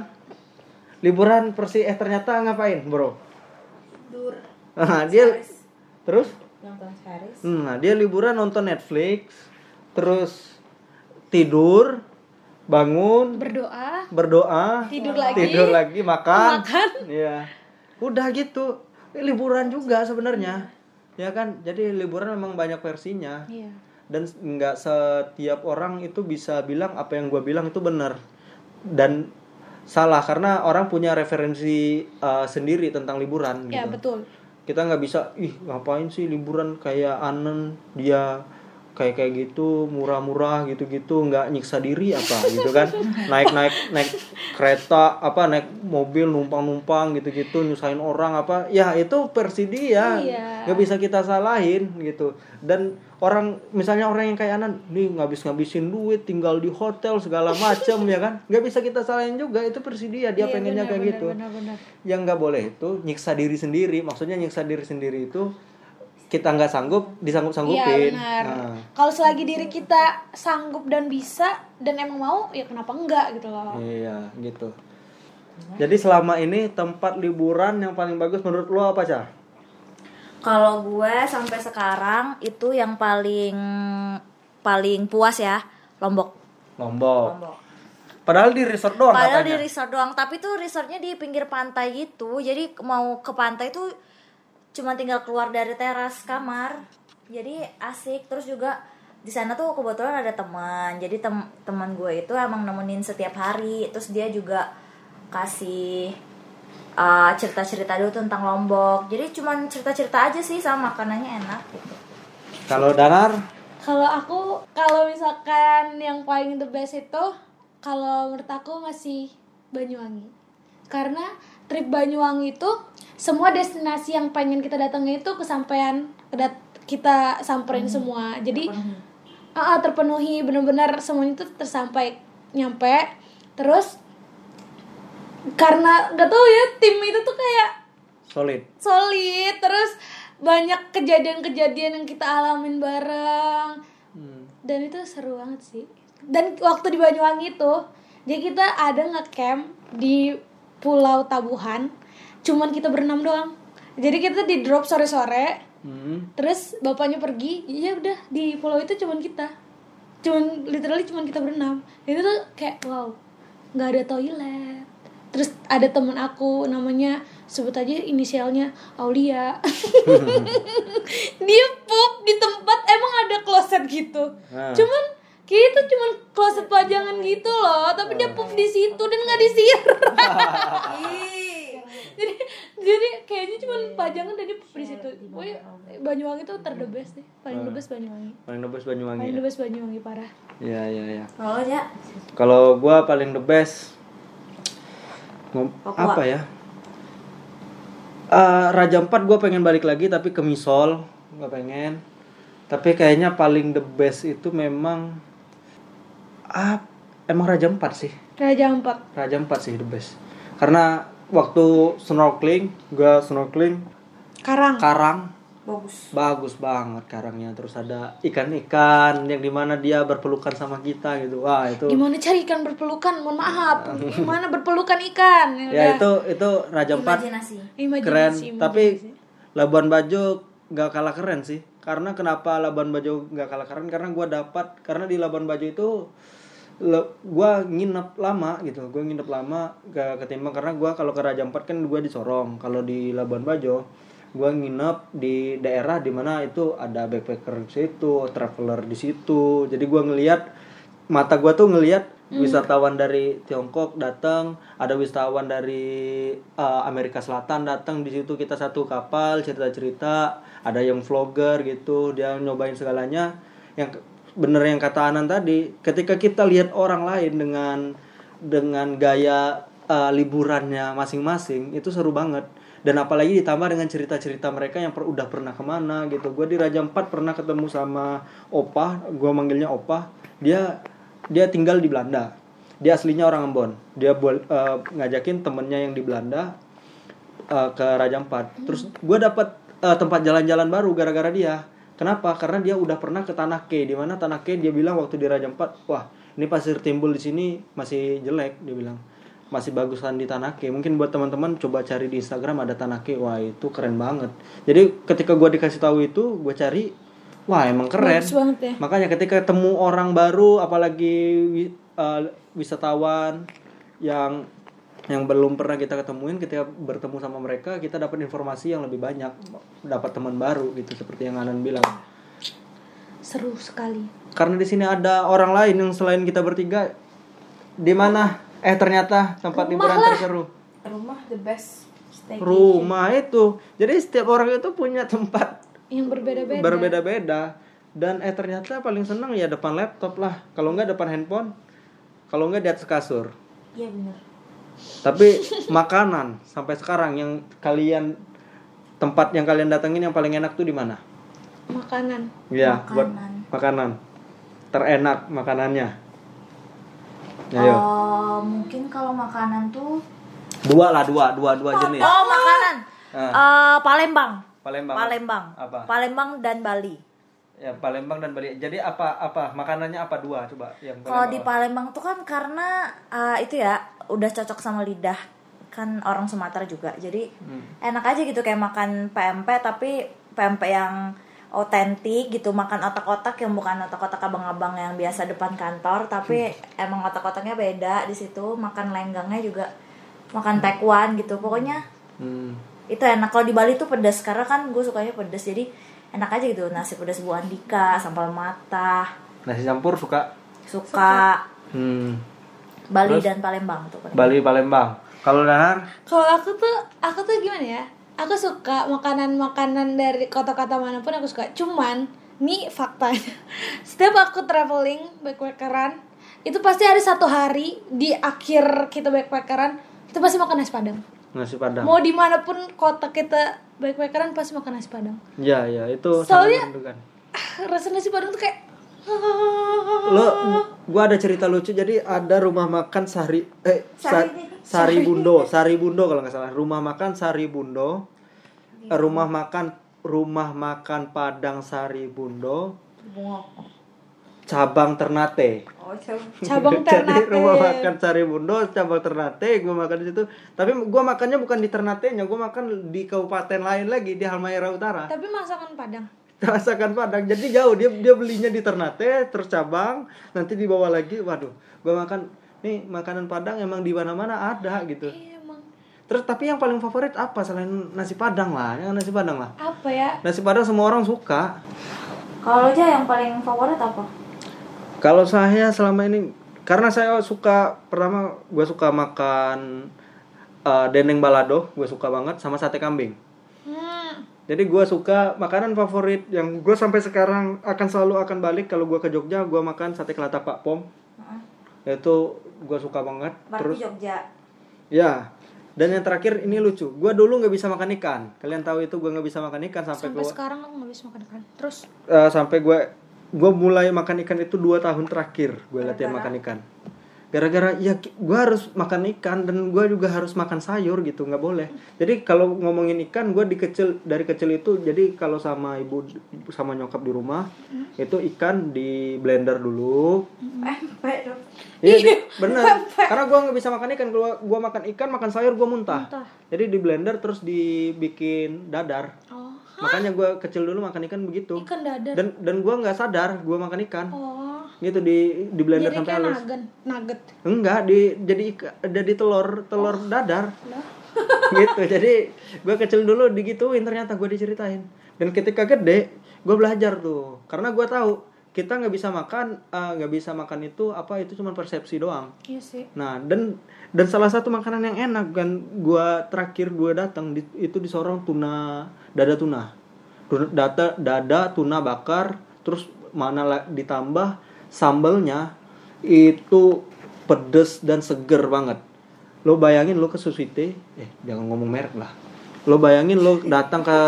ternyata ngapain bro? Tidur. Dia terus nonton series. Nah dia liburan nonton Netflix, terus tidur, bangun, berdoa, tidur lagi, makan. Iya. Udah gitu. Liburan juga sebenarnya. Ya kan? Jadi liburan memang banyak versinya. Iya. Dan enggak setiap orang itu bisa bilang apa yang gue bilang itu benar. Dan salah karena orang punya referensi sendiri tentang liburan gitu. Ya, betul. Kita nggak bisa ngapain sih liburan kayak Anen, dia kayak gitu murah-murah gitu-gitu, nggak nyiksa diri apa gitu kan. naik kereta naik mobil numpang gitu-gitu nyusahin orang apa ya, itu versi dia. Nggak bisa kita salahin gitu. Dan misalnya orang yang kayak Anan nih ngabisin duit tinggal di hotel segala macam ya kan, nggak bisa kita salahin juga, itu versi dia pengennya kayak gitu. Benar. Yang nggak boleh itu nyiksa diri sendiri. Maksudnya nyiksa diri sendiri itu kita nggak sanggup Iya disanggup-sanggupin. benar. Nah, Kalau selagi diri kita sanggup dan bisa dan emang mau, ya kenapa enggak gitu loh. iya gitu. Jadi selama ini tempat liburan yang paling bagus menurut lo apa, Cah? Kalau gue sampai sekarang itu yang paling puas ya, Lombok. Padahal di resort doang Padahal katanya. di resort doang, tapi tuh resortnya di pinggir pantai gitu. Jadi mau ke pantai tuh cuma tinggal keluar dari teras kamar. Jadi asik. Terus juga di sana tuh kebetulan ada teman. Jadi teman gue itu emang nemenin setiap hari. Terus dia juga kasih cerita-cerita dulu tentang Lombok. Jadi cuma cerita-cerita aja sih, sama makanannya enak gitu. Kalau Danar, Kalau aku, kalau misalkan yang paling the best itu, kalau menurut aku masih Banyuwangi. Karena trip Banyuwangi itu semua destinasi yang pengen kita datangin itu kesampaian, kita samperin semua. Jadi terpenuhi, benar-benar semuanya itu tersampai, nyampe. Terus karena gak tau ya, tim itu tuh kayak solid, terus banyak kejadian-kejadian yang kita alamin bareng. Dan itu seru banget sih. Dan waktu di Banyuwangi itu, jadi kita ada nge-camp di Pulau Tabuhan, cuman kita berenam doang. Jadi kita di drop sore-sore, terus bapaknya pergi, ya udah di pulau itu cuman kita, literally cuman kita berenam. Itu tuh kayak wow, nggak ada toilet. Terus ada temen aku namanya, sebut aja inisialnya Aulia. Dia pup di tempat emang ada kloset gitu. Cuman kayak itu cuman kloset pajangan gitu loh, tapi dia pup di situ dan nggak disiram. jadi kayaknya cuman pajangan dan dia pup di situ. Woi, Banyuwangi tuh the best deh. Paling the best Banyuwangi. paling the best Banyuwangi. Paling the best Banyuwangi parah. Iya. Kalau ya Kalau gua paling the best Papua. apa ya? Raja Ampat gue pengen balik lagi, tapi ke Misol gue pengen. Tapi kayaknya paling the best itu memang emang Raja Ampat sih. Raja Ampat sih the best. Karena waktu snorkeling Karang bagus banget karangnya. Terus ada ikan-ikan yang dimana dia berpelukan sama kita gitu. Wah itu. Gimana cari ikan berpelukan? Mohon maaf. Gimana berpelukan ikan? Ya itu Raja Ampat keren. Tapi Labuan Bajo nggak kalah keren sih. Karena kenapa Labuan Bajo nggak kalah keren? Karena di Labuan Bajo itu gue nginep lama gitu. Gue nginep lama ketimbang, karena gue kalau ke Raja Ampat kan gue di Sorong. Kalau di Labuan Bajo gue nginep di daerah dimana itu ada backpacker di situ, traveler di situ. Jadi gue mata gue tuh ngelihat wisatawan dari Tiongkok datang, ada wisatawan dari Amerika Selatan datang di situ. Kita satu kapal cerita-cerita, ada yang vlogger gitu, dia nyobain segalanya. Yang bener yang kata Anan tadi, ketika kita lihat orang lain dengan gaya liburannya masing-masing, itu seru banget. Dan apalagi ditambah dengan cerita-cerita mereka yang udah pernah kemana gitu. Gue di Raja Ampat pernah ketemu sama Opah, gue manggilnya Opah. Dia tinggal di Belanda. Dia aslinya orang Ambon. Dia ngajakin temennya yang di Belanda ke Raja Ampat. Terus gue dapet tempat jalan-jalan baru gara-gara dia. Kenapa? Karena dia udah pernah ke Tanah Ke. Di mana Tanah Ke dia bilang waktu di Raja Ampat, wah ini pasir timbul di sini masih jelek, dia bilang. Masih bagusan di Tanah Ke. Mungkin buat teman-teman coba cari di Instagram ada Tanah Ke. Wah itu keren banget. Jadi ketika gue dikasih tahu itu, gue cari, wah emang keren. Bagus banget ya. Makanya ketika ketemu orang baru, apalagi wisatawan yang belum pernah kita ketemuin, ketika bertemu sama mereka kita dapat informasi yang lebih banyak, dapat teman baru gitu, seperti yang Anan bilang. Seru sekali. Karena di sini ada orang lain yang selain kita bertiga. Di mana? Ternyata tempat liburan terseru. Rumah the best. Rumah itu. Jadi setiap orang itu punya tempat yang berbeda-beda. Dan ternyata paling senang ya depan laptop lah. Kalau enggak depan handphone. Kalau enggak di atas kasur. Iya benar. Tapi makanan sampai sekarang tempat yang kalian datengin yang paling enak tuh di mana? Makanan. Iya, buat makanan. Terenak makanannya. Ayo. Mungkin kalau makanan tuh dua jenis. makanan. Palembang. Palembang. Apa? Palembang dan Bali. Ya, Palembang dan Bali. Jadi apa makanannya apa dua coba yang Kalau di Palembang tuh kan karena itu ya udah cocok sama lidah kan orang Sumatera juga. Jadi enak aja gitu kayak makan PMP tapi PMP yang otentik gitu, makan otak-otak yang bukan otak-otak abang-abang yang biasa depan kantor, tapi emang otak-otaknya beda di situ. Makan lenggangnya juga makan tekwan gitu. Pokoknya itu enak. Kalau di Bali tuh pedas karena kan gue sukanya pedas, jadi enak aja gitu. Nasi pedas Bu Andika, sambal mata. Nasi campur suka. Bali Terus? dan Palembang tuh. Bali Palembang. Kalau Dahar? Kalau aku tuh gimana ya? Aku suka makanan-makanan dari kota-kota manapun aku suka. Cuman, nih faktanya. Setiap aku traveling, backpackeran, itu pasti ada satu hari di akhir kita backpackeran, kita pasti makan nasi Padang. Nasi Padang. Mau dimanapun kota kita backpackeran pasti makan nasi Padang. Iya, itu Soalnya, sangat merindukan. Rasa nasi Padang tuh kayak Gua ada cerita lucu. Jadi ada rumah makan Sari Bundo kalau nggak salah. Rumah makan Sari Bundo. Rumah makan Padang Sari Bundo. Cabang Ternate. cabang Jadi Ternate. rumah makan Sari Bundo, cabang Ternate. Gue makan di situ. Tapi gue makannya bukan di Ternate-nya, gue makan di kabupaten lain lagi, di Halmahera Utara. Tapi masakan Padang. Masakan Padang. Jadi jauh, dia belinya di Ternate, terus cabang, nanti dibawa lagi. Waduh, gue makan nih makanan Padang emang di mana-mana ada gitu. Iya emang. Terus tapi yang paling favorit apa selain nasi Padang lah? Yang nasi Padang lah. Apa ya? Nasi Padang semua orang suka. Kalau aja yang paling favorit apa? Kalau saya selama ini, karena saya suka, pertama gue suka makan dendeng balado, gue suka banget, sama sate kambing. Jadi gue suka makanan favorit yang gue sampai sekarang selalu akan balik kalau gue ke Jogja, gue makan sate kelata Pak Pom. Itu gue suka banget. Berarti Terus Jogja. ya, dan yang terakhir ini lucu. Gue dulu nggak bisa makan ikan. Kalian tahu itu gue nggak bisa makan ikan sampai sekarang aku nggak bisa makan ikan. Terus sampai gue mulai makan ikan itu 2 tahun terakhir gue latihan makan ikan. Gara-gara ya gue harus makan ikan dan gue juga harus makan sayur gitu, nggak boleh. Jadi kalau ngomongin ikan, gue dari kecil itu, jadi kalau sama ibu sama nyokap di rumah itu ikan di blender dulu. Iya bener. Karena gue nggak bisa makan ikan. Kalau gue makan ikan, makan sayur gue muntah. Jadi di blender terus dibikin dadar. Makanya gue kecil dulu makan ikan begitu. Ikan dadar. Dan gue nggak sadar gue makan ikan. Gitu di blender jadi sampai kayak halus. nugget. Enggak, jadi telur dadar. Gitu. Jadi gue kecil dulu digituin, ternyata gue diceritain. Dan ketika gede, gue belajar tuh. Karena gue tahu kita nggak bisa makan itu cuma persepsi doang. Iya sih. Nah, dan salah satu makanan yang enak kan terakhir gue datang itu di Sorong, dada tuna bakar, terus ditambah sambalnya itu pedes dan seger banget. Lo bayangin lo ke Susite, jangan ngomong merek lah. Lo bayangin lo datang ke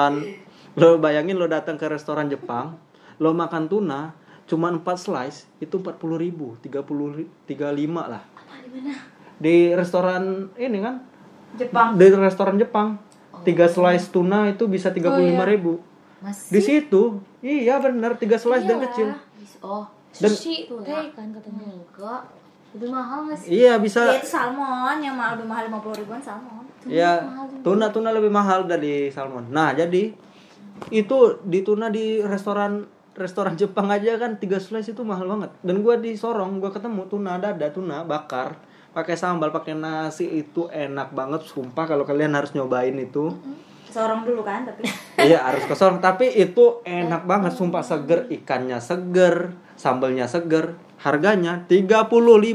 restoran Jepang, lo makan tuna cuma 4 slice itu 40.000, 35 lah. Di restoran ini kan? Jepang. Di restoran Jepang. 3 slice tuna itu bisa 35.000. Masih? Di situ, iya bener 3 slice dan kecil. Dan Sushi teh kan katanya. Enggak. Lebih mahal nggak sih? iya bisa. Ya, itu salmon yang lebih mahal 50.000-an salmon. Ya, tuna lebih mahal dari salmon. Nah, jadi itu di tuna di restoran Jepang aja kan 3 slice itu mahal banget. Dan gue di Sorong gue ketemu tuna bakar pakai sambal, pakai nasi, itu enak banget sumpah. Kalau kalian harus nyobain itu. Sorong dulu kan tapi. Iya, harus ke Sorong, tapi itu enak banget sumpah, seger, ikannya seger, sambalnya seger. Harganya 35.000.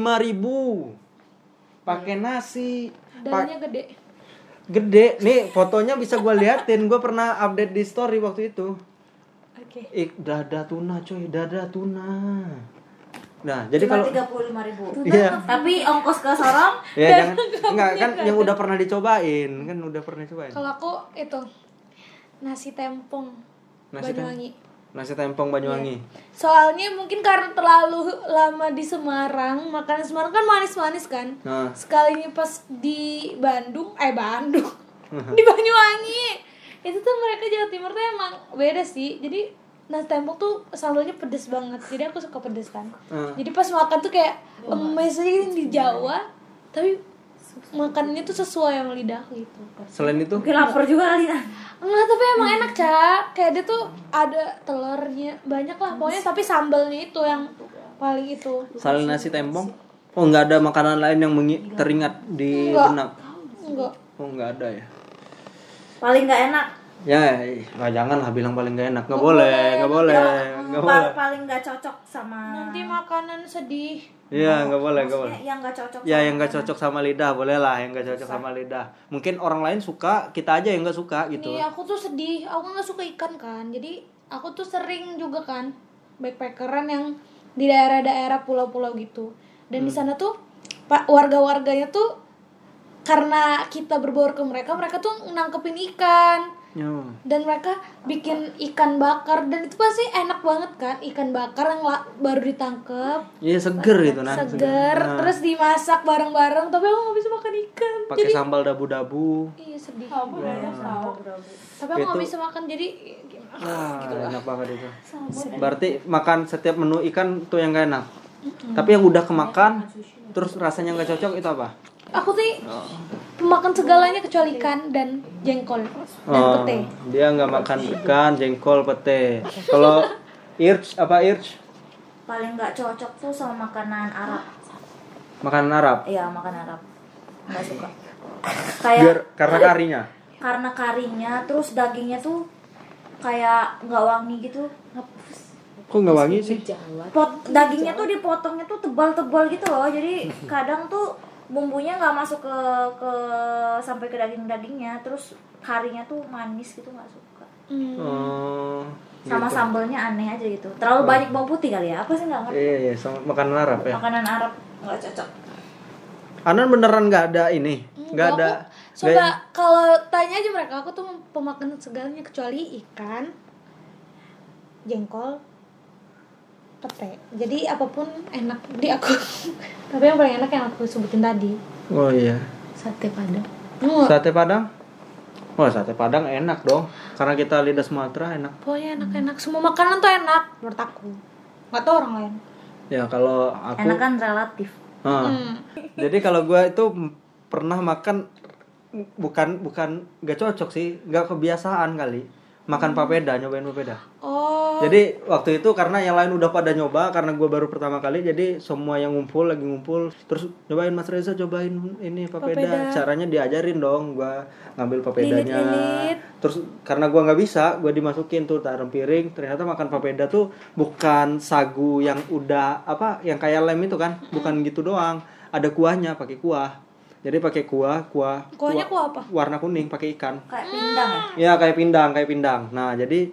Pakai nasi. Dadanya Gede. Nih fotonya bisa gue liatin. Gue pernah update di story waktu itu. Oke. Dada tuna coy, dada tuna. Nah, jadi cuma kalau 35.000. Iya. Tapi ongkos ke Sorong Ya enggak kan yang udah pernah dicobain. Kalau aku itu nasi tempong Banyuwangi. Nasi tempong Banyuwangi. Soalnya mungkin karena terlalu lama di Semarang, makanan Semarang kan manis-manis kan. Nah. Sekalinya pas di Bandung di Banyuwangi, itu tuh mereka Jawa Timur tuh emang beda sih. Jadi nasi tembok tuh sambelnya pedes banget. Jadi aku suka pedes kan. Jadi pas makan tuh kayak lemes aja gitu di Jawa. Tapi makannya tuh sesuai sama lidah gitu. Selain itu Mungkin lapar juga kali kan. Enggak, tapi emang enak, Cak. Kayak dia tuh ada telurnya banyak lah pokoknya, tapi sambalnya itu yang paling itu. selain nasi tembong, oh nggak ada makanan lain yang teringat di Enggak. benak? Enggak. Oh nggak ada ya. Paling nggak enak. Ya, nggak jangan lah bilang paling nggak enak. Nggak boleh, nggak boleh, nggak boleh. Paling nggak cocok sama. Nanti makanan sedih. Iya, nggak boleh, nggak boleh. Maksudnya yang nggak cocok. Ya, yang nggak cocok sama lidah boleh lah, yang nggak cocok sama lidah. Mungkin orang lain suka, kita aja yang nggak suka gitu. Nih aku tuh sedih, aku nggak suka ikan kan. Jadi aku tuh sering juga kan backpackeran yang di daerah-daerah pulau-pulau gitu. Dan di sana tuh warga-warganya tuh karena kita berbaur ke mereka, mereka tuh nangkepin ikan. Dan mereka bikin ikan bakar, dan itu pasti enak banget kan, ikan bakar yang baru ditangkep. Iya, seger gitu nah. Seger, terus dimasak bareng-bareng. Tapi aku nggak bisa makan ikan. Pakai Jadi sambal dabu-dabu. iya sedih. Tapi aku Itu- nggak bisa makan, jadi gimana? Wah, enak banget itu. Berarti makan setiap menu ikan tuh yang gak enak. Tapi yang udah kemakan terus rasanya nggak cocok itu apa? Aku sih pemakan segalanya kecuali ikan dan jengkol dan pete. Dia nggak makan ikan, jengkol, pete. Kalau Irch apa Irch? Paling nggak cocok tuh sama makanan Arab. Makanan Arab. Iya, makanan Arab. Nggak suka. Biar Kayak karena karinya. karena karinya, terus dagingnya tuh kayak nggak wangi gitu. Kok nggak wangi sih? Dagingnya tuh dipotongnya tuh tebal-tebal gitu loh. Jadi kadang tuh bumbunya nggak masuk ke sampai ke dagingnya, terus karinya tuh manis gitu, nggak suka. Oh, Sama gitu. sambelnya aneh aja gitu. Terlalu banyak bawang putih kali ya? Apa sih, nggak ngerti. Iya, sama makanan Arab ya. Makanan Arab nggak cocok. Anan beneran nggak ada ini, nggak ada. Coba kalau tanya aja mereka, aku tuh pemakan segalanya kecuali ikan, jengkol, pete. Jadi apapun enak di aku. Tapi yang paling enak yang aku sebutin tadi, Oh iya. sate padang. Sate Padang? Wah, sate Padang enak dong. Karena kita lidah Sumatera enak. Pokoknya enak-enak. Semua makanan tuh enak menurut aku. Nggak tahu orang lain. Ya kalau aku Enak kan relatif. Jadi kalau gue itu pernah makan bukan gak cocok sih, gak kebiasaan kali makan papeda, nyobain papeda. Oh. Jadi waktu itu karena yang lain udah pada nyoba, karena gue baru pertama kali, jadi semua yang lagi ngumpul terus nyobain, Mas Reza cobain ini papeda. Caranya diajarin dong, gue ngambil papedanya. Lilit-lilit. Terus karena gue nggak bisa, gue dimasukin tuh taruh piring. Ternyata makan papeda tuh bukan sagu yang udah yang kayak lem itu kan, bukan gitu doang. Ada kuahnya, pakai kuah. Jadi pakai kuahnya kuah apa? Warna kuning, pakai ikan. Kayak pindang ya? Ya kayak pindang. Nah jadi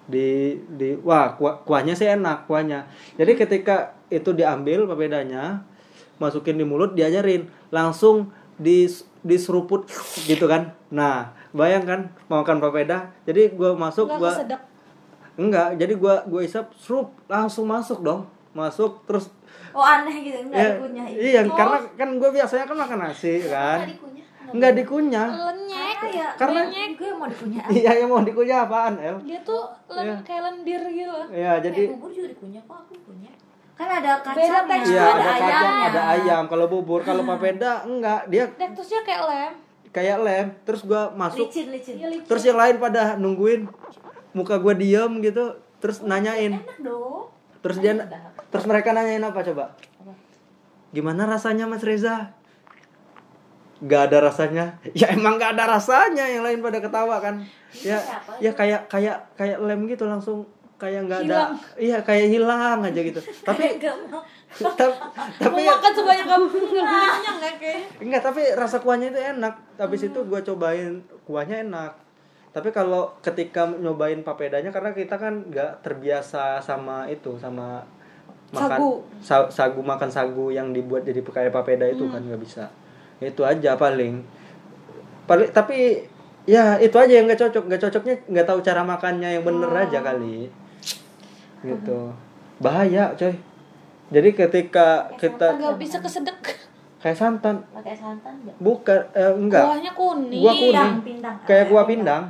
kuahnya sih enak kuahnya. Jadi ketika itu diambil papedanya, masukin di mulut, diajarin langsung diseruput gitu kan. Nah bayangkan mau makan papeda, jadi gue masuk jadi gue isap serup langsung masuk terus. Oh, aneh gitu, nggak dikunyah. Iya, karena kan gue biasanya kan makan nasi kan. Nggak dikunyah. Lenyek. Karena gue mau dikunyah. Iya, yang mau dikunyah apaan, El? Dia tuh kayak lendir gitu. Iya, jadi Bubur juga dikunyah kok, aku dikunyah. Kan ada Beda kacangnya. tekstur. iya, ada ayam. kacang, ada ayam. Kalau bubur, kalau papeda enggak, dia Teksturnya kayak lem. kayak lem. Terus gue masuk, Licin. Iya, licin. terus yang lain pada nungguin, muka gue diem gitu, terus nanyain. Enak dong. Terus mereka nanyain apa coba? Gimana rasanya, Mas Reza? Gak ada rasanya. Ya emang gak ada rasanya, yang lain pada ketawa kan. Ya kayak lem gitu, langsung kayak nggak ada. Iya, kayak hilang aja gitu. Tapi tapi mau makan sebanyak kamu nggak kenyang nggak kayaknya. enggak, tapi rasa kuahnya itu enak. Habis itu gue cobain kuahnya enak. Tapi kalau ketika nyobain papedanya, karena kita kan nggak terbiasa sama itu, sama makan sagu makan sagu yang dibuat jadi kayak papeda itu kan nggak bisa. Itu aja paling tapi ya itu aja yang nggak cocoknya nggak tahu cara makannya yang bener aja kali gitu. Bahaya coy. Jadi ketika kita nggak bisa kesedek. kayak Pakai santan enggak? bukan enggak Kuahnya kuning. kuah kuning Pindang. kayak kuah pindang.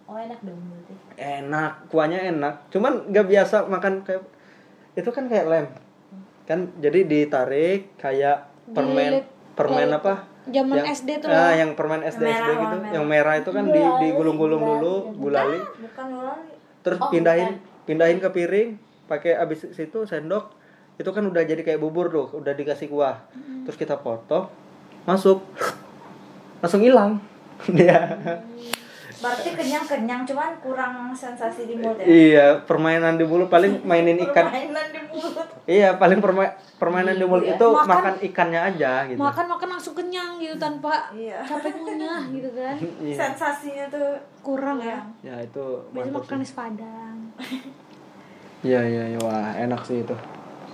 Oh enak dong berarti. Enak, kuahnya enak. Cuman nggak biasa makan kayak itu kan kayak lem. Kan jadi ditarik kayak permen Dililit, apa? Zaman yang, SD tuh yang permen SD merah, gitu. warna Yang merah itu kan digulung-gulung dulu, gulali. Bukan lolali. Terus pindahin ke piring, pakai abis situ sendok. Itu kan udah jadi kayak bubur tuh, udah dikasih kuah. Terus kita potong, masuk. Langsung hilang. Dia. Berarti kenyang cuman kurang sensasi di mulut ya. Iya, permainan di mulut paling mainin ikan. Permainan di mulut. Iya, paling permainan di mulut itu makan ikannya aja gitu. Makan langsung kenyang gitu tanpa Iya. capek ngunyah gitu kan. Iya. Sensasinya tuh Kurang ya. Ya itu Biasa mantap makan sih. nasi Padang. Iya, wah enak sih itu.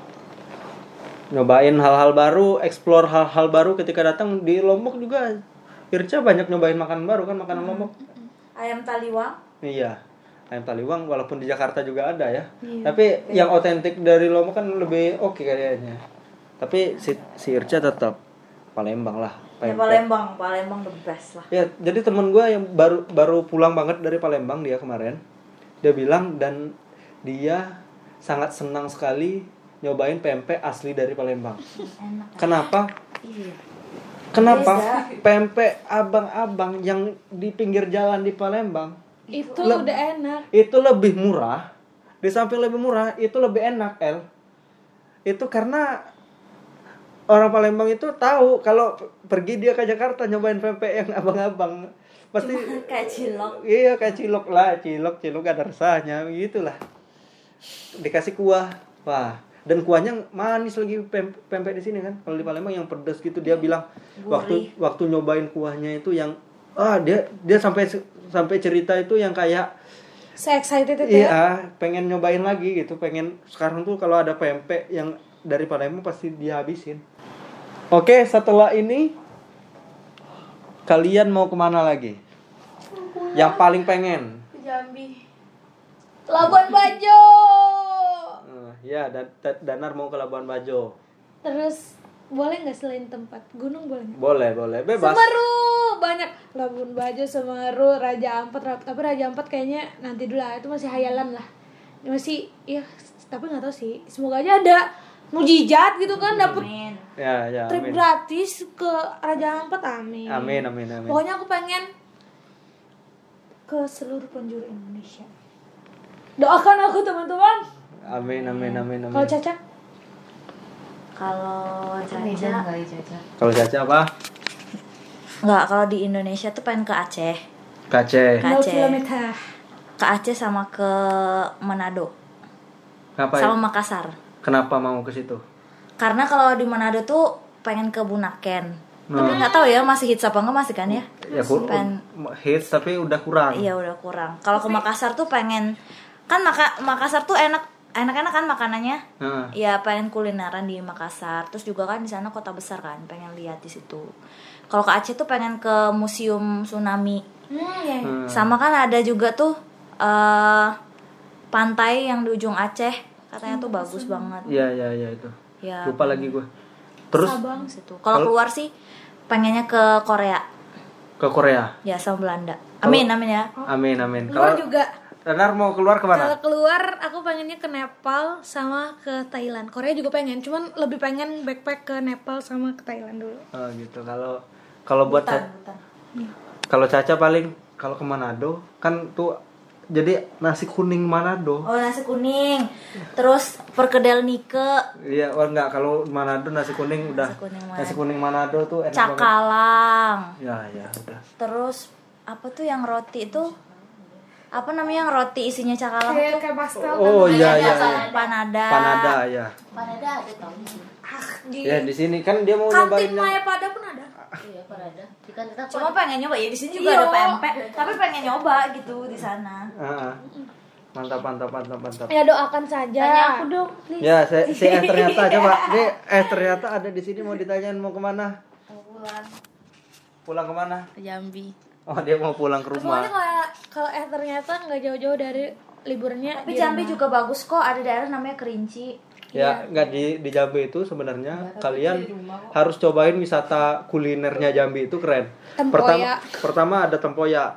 Nyobain hal-hal baru, explore hal-hal baru ketika datang di Lombok juga. Irca banyak nyobain makanan baru kan, makanan Lombok. ayam taliwang. Iya, ayam taliwang walaupun di Jakarta juga ada ya. Iya. Tapi yang otentik dari Lombok kan lebih oke kayaknya. Tapi si Irca tetap Palembang lah. Ya Pempek. Palembang the best lah. Ya, jadi temen gue yang baru pulang banget dari Palembang dia kemarin. Dia bilang dan dia sangat senang sekali nyobain pempek asli dari Palembang. Enak. Kenapa? Iya. Kenapa Beda. pempek abang-abang yang di pinggir jalan di Palembang Itu udah enak. itu lebih murah. Di samping lebih murah, itu lebih enak, El. Itu karena orang Palembang itu tahu kalau pergi dia ke Jakarta nyobain pempek yang abang-abang pasti Kayak cilok. iya kayak cilok lah, cilok ada rasanya, begitulah. Dikasih kuah, wah. Dan kuahnya manis lagi pempek di sini kan. Kalau di Palembang yang pedas gitu dia bilang Gurih. waktu nyobain kuahnya itu yang dia sampai cerita itu yang kayak Saya excited itu ya. iya, pengen nyobain lagi gitu. Pengen sekarang tuh kalau ada pempek yang dari Palembang pasti dia habisin. Oke, setelah ini kalian mau kemana lagi? Yang paling pengen? Jambi. Labuan Bajo. Ya, Danar mau ke Labuan Bajo. Terus boleh nggak selain tempat gunung boleh nggak? Boleh, bebas. Semeru banyak. Labuan Bajo, Semeru, Raja Ampat. Tapi Raja Ampat kayaknya nanti dulu lah. Itu masih hayalan lah. Masih ya tapi nggak tahu sih. Semoga aja ada mujizat gitu kan dapet Amin. Ya, trip amin. gratis ke Raja Ampat. Amin. Amin. Pokoknya aku pengen ke seluruh penjuru Indonesia. Doakan aku teman-teman. Amin. Kalau Caca? Kalau Medan Caca kali Caca. Kalau Caca apa? nggak, kalau di Indonesia tuh pengen ke Aceh. Aceh. 0 Aceh. kilometer. Ke Aceh sama ke Manado. Ngapain? Sama Makassar. Kenapa mau ke situ? Karena kalau di Manado tuh pengen ke Bunaken. Tapi nggak tahu ya masih hits apa enggak, masih kan ya? Ya Pengen- hits tapi udah kurang. Iya udah kurang. Kalau ke Makassar tuh pengen kan Makassar tuh enak-enak kan makanannya. Heeh. Ya pengen kulineran di Makassar. Terus juga kan di sana kota besar kan, pengen lihat di situ. Kalau ke Aceh tuh pengen ke museum tsunami. Ya. Sama kan ada juga tuh pantai yang di ujung Aceh, katanya tuh bagus banget. Iya itu. Ya. Lupa lagi gue. Terus Sabang. Situ. Kalau keluar sih pengennya ke Korea. ke Korea. Ya sama Belanda. Amin ya. Amin. Keluar Kalau juga. Danar mau keluar kemana? Kalau keluar aku pengennya ke Nepal sama ke Thailand. Korea juga pengen, cuman lebih pengen backpack ke Nepal sama ke Thailand dulu. Oh gitu. Kalau buat kalau Caca paling kalau ke Manado kan tuh jadi nasi kuning Manado. Oh nasi kuning. Terus perkedel Nike. Iya, enggak kalau Manado nasi kuning udah. Nasi kuning Manado tuh enak banget. Cakalang. Ya udah. Terus apa tuh yang roti itu? Apa namanya yang roti isinya cakalang tuh? Kayak pastel. Oh iya. Panada. Panada ya. Panada ada tau. Di Ya di sini kan dia mau nyobain kantin yang Maya Pada pun ada. Iya Panada. Di kan kita Cuma pengen nyoba ya di sini juga Iya. ada pempek, tapi pengen nyoba gitu di sana. Heeh. Mantap. Ya doakan saja. Tanya aku dong. Ya, ternyata coba. Ternyata ada di sini mau ditanyain mau kemana? Pulang kemana? Ke Jambi. Oh, dia mau pulang ke rumah. Pokoknya kalau ternyata nggak jauh-jauh dari liburnya. Tapi di Jambi rumah. juga bagus kok, ada daerah namanya Kerinci. Ya, nggak di Jambi itu sebenarnya kalian harus cobain wisata kulinernya Jambi itu keren. Tempoyak. Pertama ada tempoyak.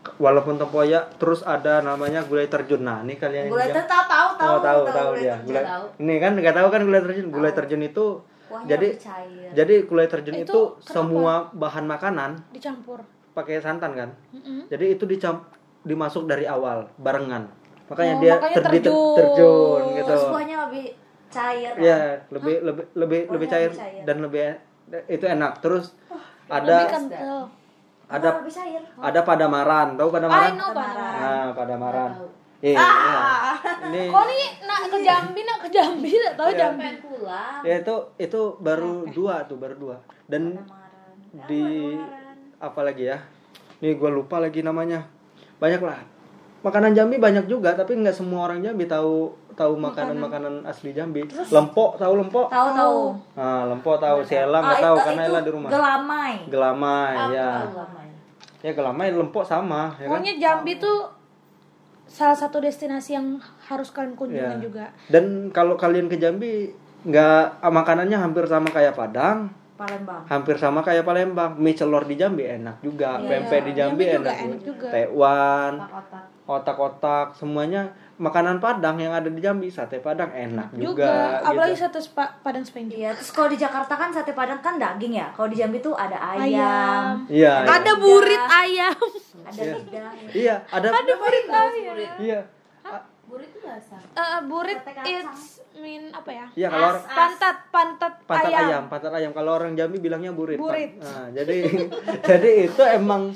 walaupun tempoyak, terus ada namanya gulai terjun. Nah, ini kalian Gulai yang tahu dia. gulai Gulai. tahu. Ini kan nggak tahu kan gulai terjun. Gulai terjun itu Kuahnya jadi lebih cair. jadi gulai terjun Itu itu kenapa? semua bahan makanan Dicampur. pakai santan kan. Mm-mm. Jadi itu dimasuk dari awal barengan. Makanya Oh, dia makanya terjun terjun. gitu. Terus kuahnya lebih cair. Ya, lebih Kuahnya cair lebih cair. dan lebih itu enak. Terus Lebih ada kental. ada lebih cair. ada padamaran. Tahu I padamaran? know Padamaran. Nah, padamaran. Tahu. Iya. Ini Kok nih nak ke Jambi nggak tahu Iya. Jambi. Pengen pulang. ya itu baru dua. Dan Padamaran. di apa lagi ya? Nih gue lupa lagi namanya. Banyak lah. Makanan Jambi banyak juga, tapi nggak semua orang Jambi tahu makanan asli Jambi. Lempok, tahu lempok? Tahu. Nah, lempok tahu. Si Ella nggak tahu karena Ella di rumah. Gelamai. Gelamai, Aku ya. tahu lamanya. Ya gelamai lempok sama, ya kan? Pokoknya Jambi tuh salah satu destinasi yang harus kalian kunjungi Ya. juga. Dan kalau kalian ke Jambi, nggak makanannya hampir sama kayak Padang, Palembang. hampir sama kayak Palembang. Mie celor di Jambi enak juga, Iya, pempek di Jambi Jambi juga enak enak juga. Tekwan, Otak-otak. otak-otak, semuanya makanan Padang yang ada di Jambi. Sate Padang enak juga. Apalagi gitu. satu Padang Spengi. Iya, terus kalau di Jakarta kan sate Padang kan daging ya. Kalau di Jambi tuh ada ayam, Iya. Ada burit ayam. ada Iya. lidah. Iya, ada Burit ayam. Iya. Burit itu bahasa. Burit Sate kacang. it's mean apa ya? Iya kalau Pantat pantat ayam. Kalau orang Jambi bilangnya burit. Burit. Nah, jadi jadi itu emang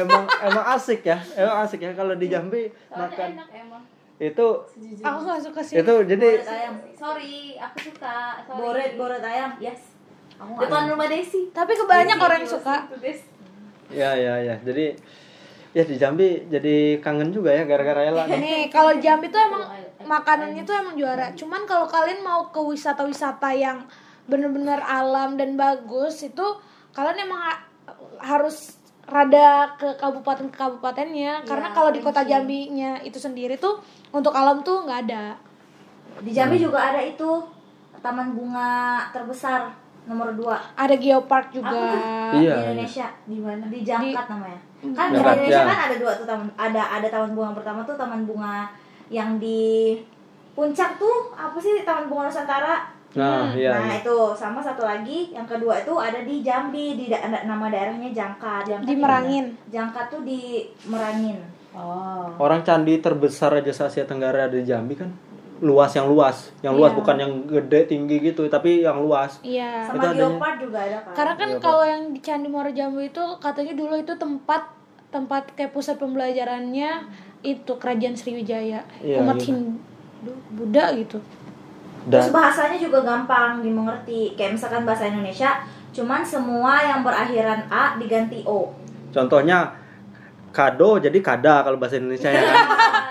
asik ya. Emang asik ya kalau di Jambi Soalnya makan enak emang. itu Sejujurnya. Aku gak suka sih. itu jadi Boret ayam. Sorry, aku suka. Sorry. Boret ayam. Yes. Aku nggak Depan ada. rumah Desi. Tapi kebanyak Desi, orang yang Desi, suka. itu, Des. ya. Jadi ya di Jambi jadi kangen juga ya gara-gara Ella nih. Nih, kalau Jambi tuh emang makanannya tuh emang juara. Cuman kalau kalian mau ke wisata-wisata yang bener-bener alam dan bagus, itu kalian emang harus rada ke kabupatennya. Karena kalau di kota Jambinya itu sendiri tuh untuk alam tuh nggak ada. Di Jambi juga ada itu taman bunga terbesar nomor 2 Ada geopark juga. di Iya, Indonesia. Di mana? Di Jangkat namanya. Kan di Jangkat, Indonesia ya. kan ada 2 tuh taman. Ada taman bunga pertama tuh taman bunga yang di Puncak tuh apa sih, Taman Bunga Nusantara. Nah, iya. Nah Iya. itu sama satu lagi yang kedua itu ada di Jambi, di nama daerahnya Jangkat. Di Merangin. Jangkat tuh di Merangin. Oh. Orang candi terbesar aja se-Asia Tenggara ada di Jambi kan. Yang luas Iya. bukan yang gede tinggi gitu, tapi yang luas. Iya. Sama Itu adanya. Geopark juga ada kan. Karena kan Iya, kalau yang di Candi Muara Jambu itu katanya dulu itu tempat kayak pusat pembelajarannya itu Kerajaan Sriwijaya. Iya, Umat iya. Hindu, Buddha gitu. Terus Dan bahasanya juga gampang dimengerti. Kayak misalkan bahasa Indonesia, cuman semua yang berakhiran A diganti O. contohnya kado jadi kada kalau bahasa Indonesia ya kan.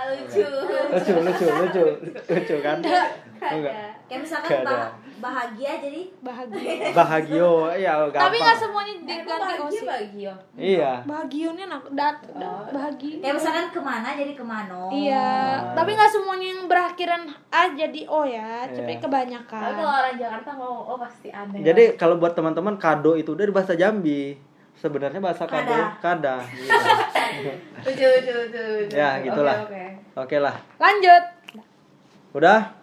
Lucu. lucu kan. Enggak. Kayak misalkan Kada. bahagia jadi Bahagia. Bahagio ya gampang. Tapi nggak semuanya diganti O sih. Bagio. Iya. Bahagionya bahagia. kayak misalkan kemana jadi kemano. Iya, tapi nggak semuanya yang berakhiran A jadi O ya, tapi Iya. Tapi kebanyakan. kalau orang Jakarta ngomong oh pasti aneh. Jadi kalau buat teman-teman kado itu dari bahasa Jambi. Sebenarnya bahasa kado kada. Gitu. lucu. Ya, gitulah. Oke. Oke lah. Lanjut. Udah?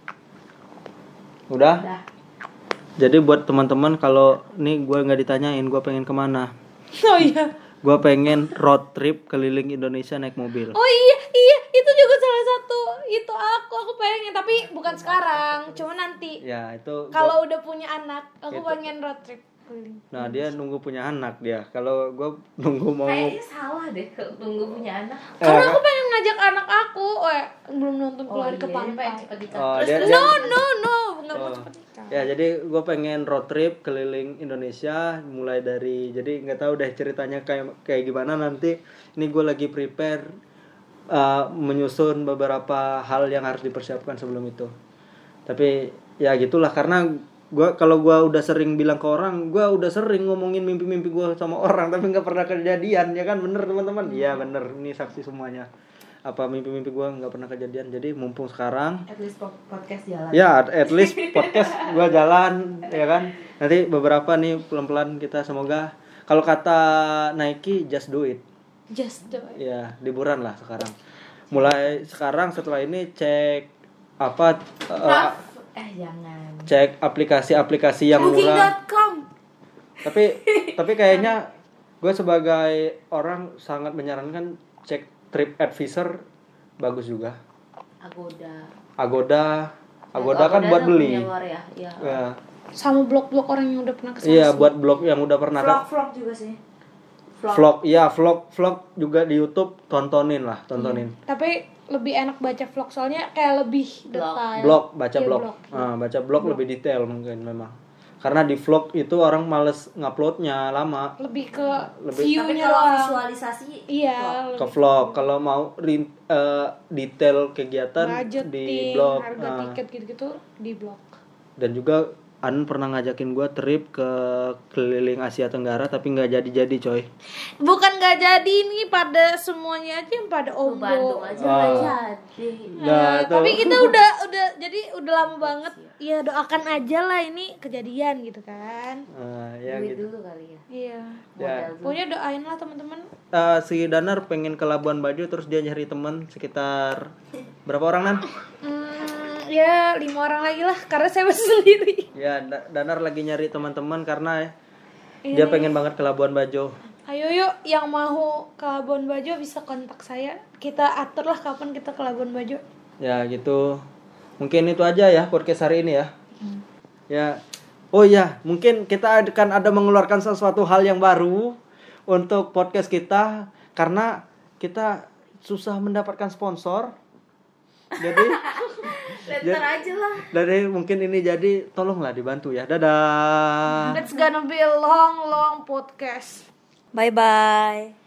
Udah. Jadi buat teman-teman kalau nih gue nggak ditanyain gue pengen kemana, Oh iya. gue pengen road trip keliling Indonesia naik mobil. Oh iya, itu juga salah satu. Itu aku pengen, tapi bukan sekarang, cuma nanti. Ya itu. Kalau udah punya anak, aku Itu. pengen road trip keliling. Nah dia nunggu punya anak dia. Kalau gue nunggu mau. Kayaknya salah deh kalau tunggu punya anak. Karena aku pengen ngajak anak aku, belum nonton keluar ke dia pengen pantai. cepet nikah. Oh, Terus dia- terus dia- No, nggak mau Oh. cepet nikah. Ya jadi gue pengen road trip keliling Indonesia mulai dari, jadi nggak tahu deh ceritanya kayak gimana nanti. Ini gue lagi prepare menyusun beberapa hal yang harus dipersiapkan sebelum itu. Tapi ya gitulah, karena kalau gue udah sering bilang ke orang, gue udah sering ngomongin mimpi-mimpi gue sama orang tapi nggak pernah kejadian, ya kan? Bener teman-teman? Iya bener, ini saksi semuanya. Apa mimpi-mimpi gue nggak pernah kejadian. Jadi mumpung sekarang at least podcast jalan. ya, at least podcast gua jalan, ya kan. Nanti beberapa nih pelan-pelan kita semoga, kalau kata Nike just do it. Just do it. Ya, liburan lah sekarang. Mulai sekarang setelah ini cek apa Jangan. cek aplikasi-aplikasi yang murah. Booking.com. Tapi kayaknya gue sebagai orang sangat menyarankan cek TripAdvisor, bagus juga. Agoda kan buat beli. Ya. Sama blog-blog orang yang udah pernah kesana. Iya, buat blog yang udah pernah Vlog juga sih. vlog juga di YouTube, tontonin. Tapi lebih enak baca vlog soalnya kayak lebih detail. Baca Iya, blog. Baca blog lebih detail mungkin memang. Karena di vlog itu orang males nguploadnya lama. Lebih ke Tapi view-nya kalau lah. visualisasi Iya, Ke vlog, kalau mau detail kegiatan budgeting, di blog. harga tiket gitu-gitu di blog. Dan juga An pernah ngajakin gue trip ke keliling Asia Tenggara tapi nggak jadi coy. Bukan nggak jadi, ini pada semuanya aja yang pada ombo. Bandung aja nggak jadi. Nah, tuh. Tapi kita udah jadi udah lama banget. Ya doakan aja lah ini kejadian gitu kan. Ya Duit gitu. dulu kali ya. Iya. Ya. Pokoknya doain lah teman-teman. Si Danar pengen ke Labuan Bajo terus dia nyari teman sekitar berapa orang Nan? Ya 5 orang lagi lah karena saya masih sendiri. Ya Danar lagi nyari teman-teman karena dia pengen banget ke Labuan Bajo. Ayo yuk yang mau ke Labuan Bajo bisa kontak saya. Kita atur lah kapan kita ke Labuan Bajo. Ya gitu. Mungkin itu aja ya podcast hari ini ya. Ya. Oh ya, mungkin kita akan ada mengeluarkan sesuatu hal yang baru untuk podcast kita karena kita susah mendapatkan sponsor. Jadi Letter aja lah. dari mungkin ini jadi tolonglah dibantu ya. Dadah. It's gonna be a long podcast. Bye bye.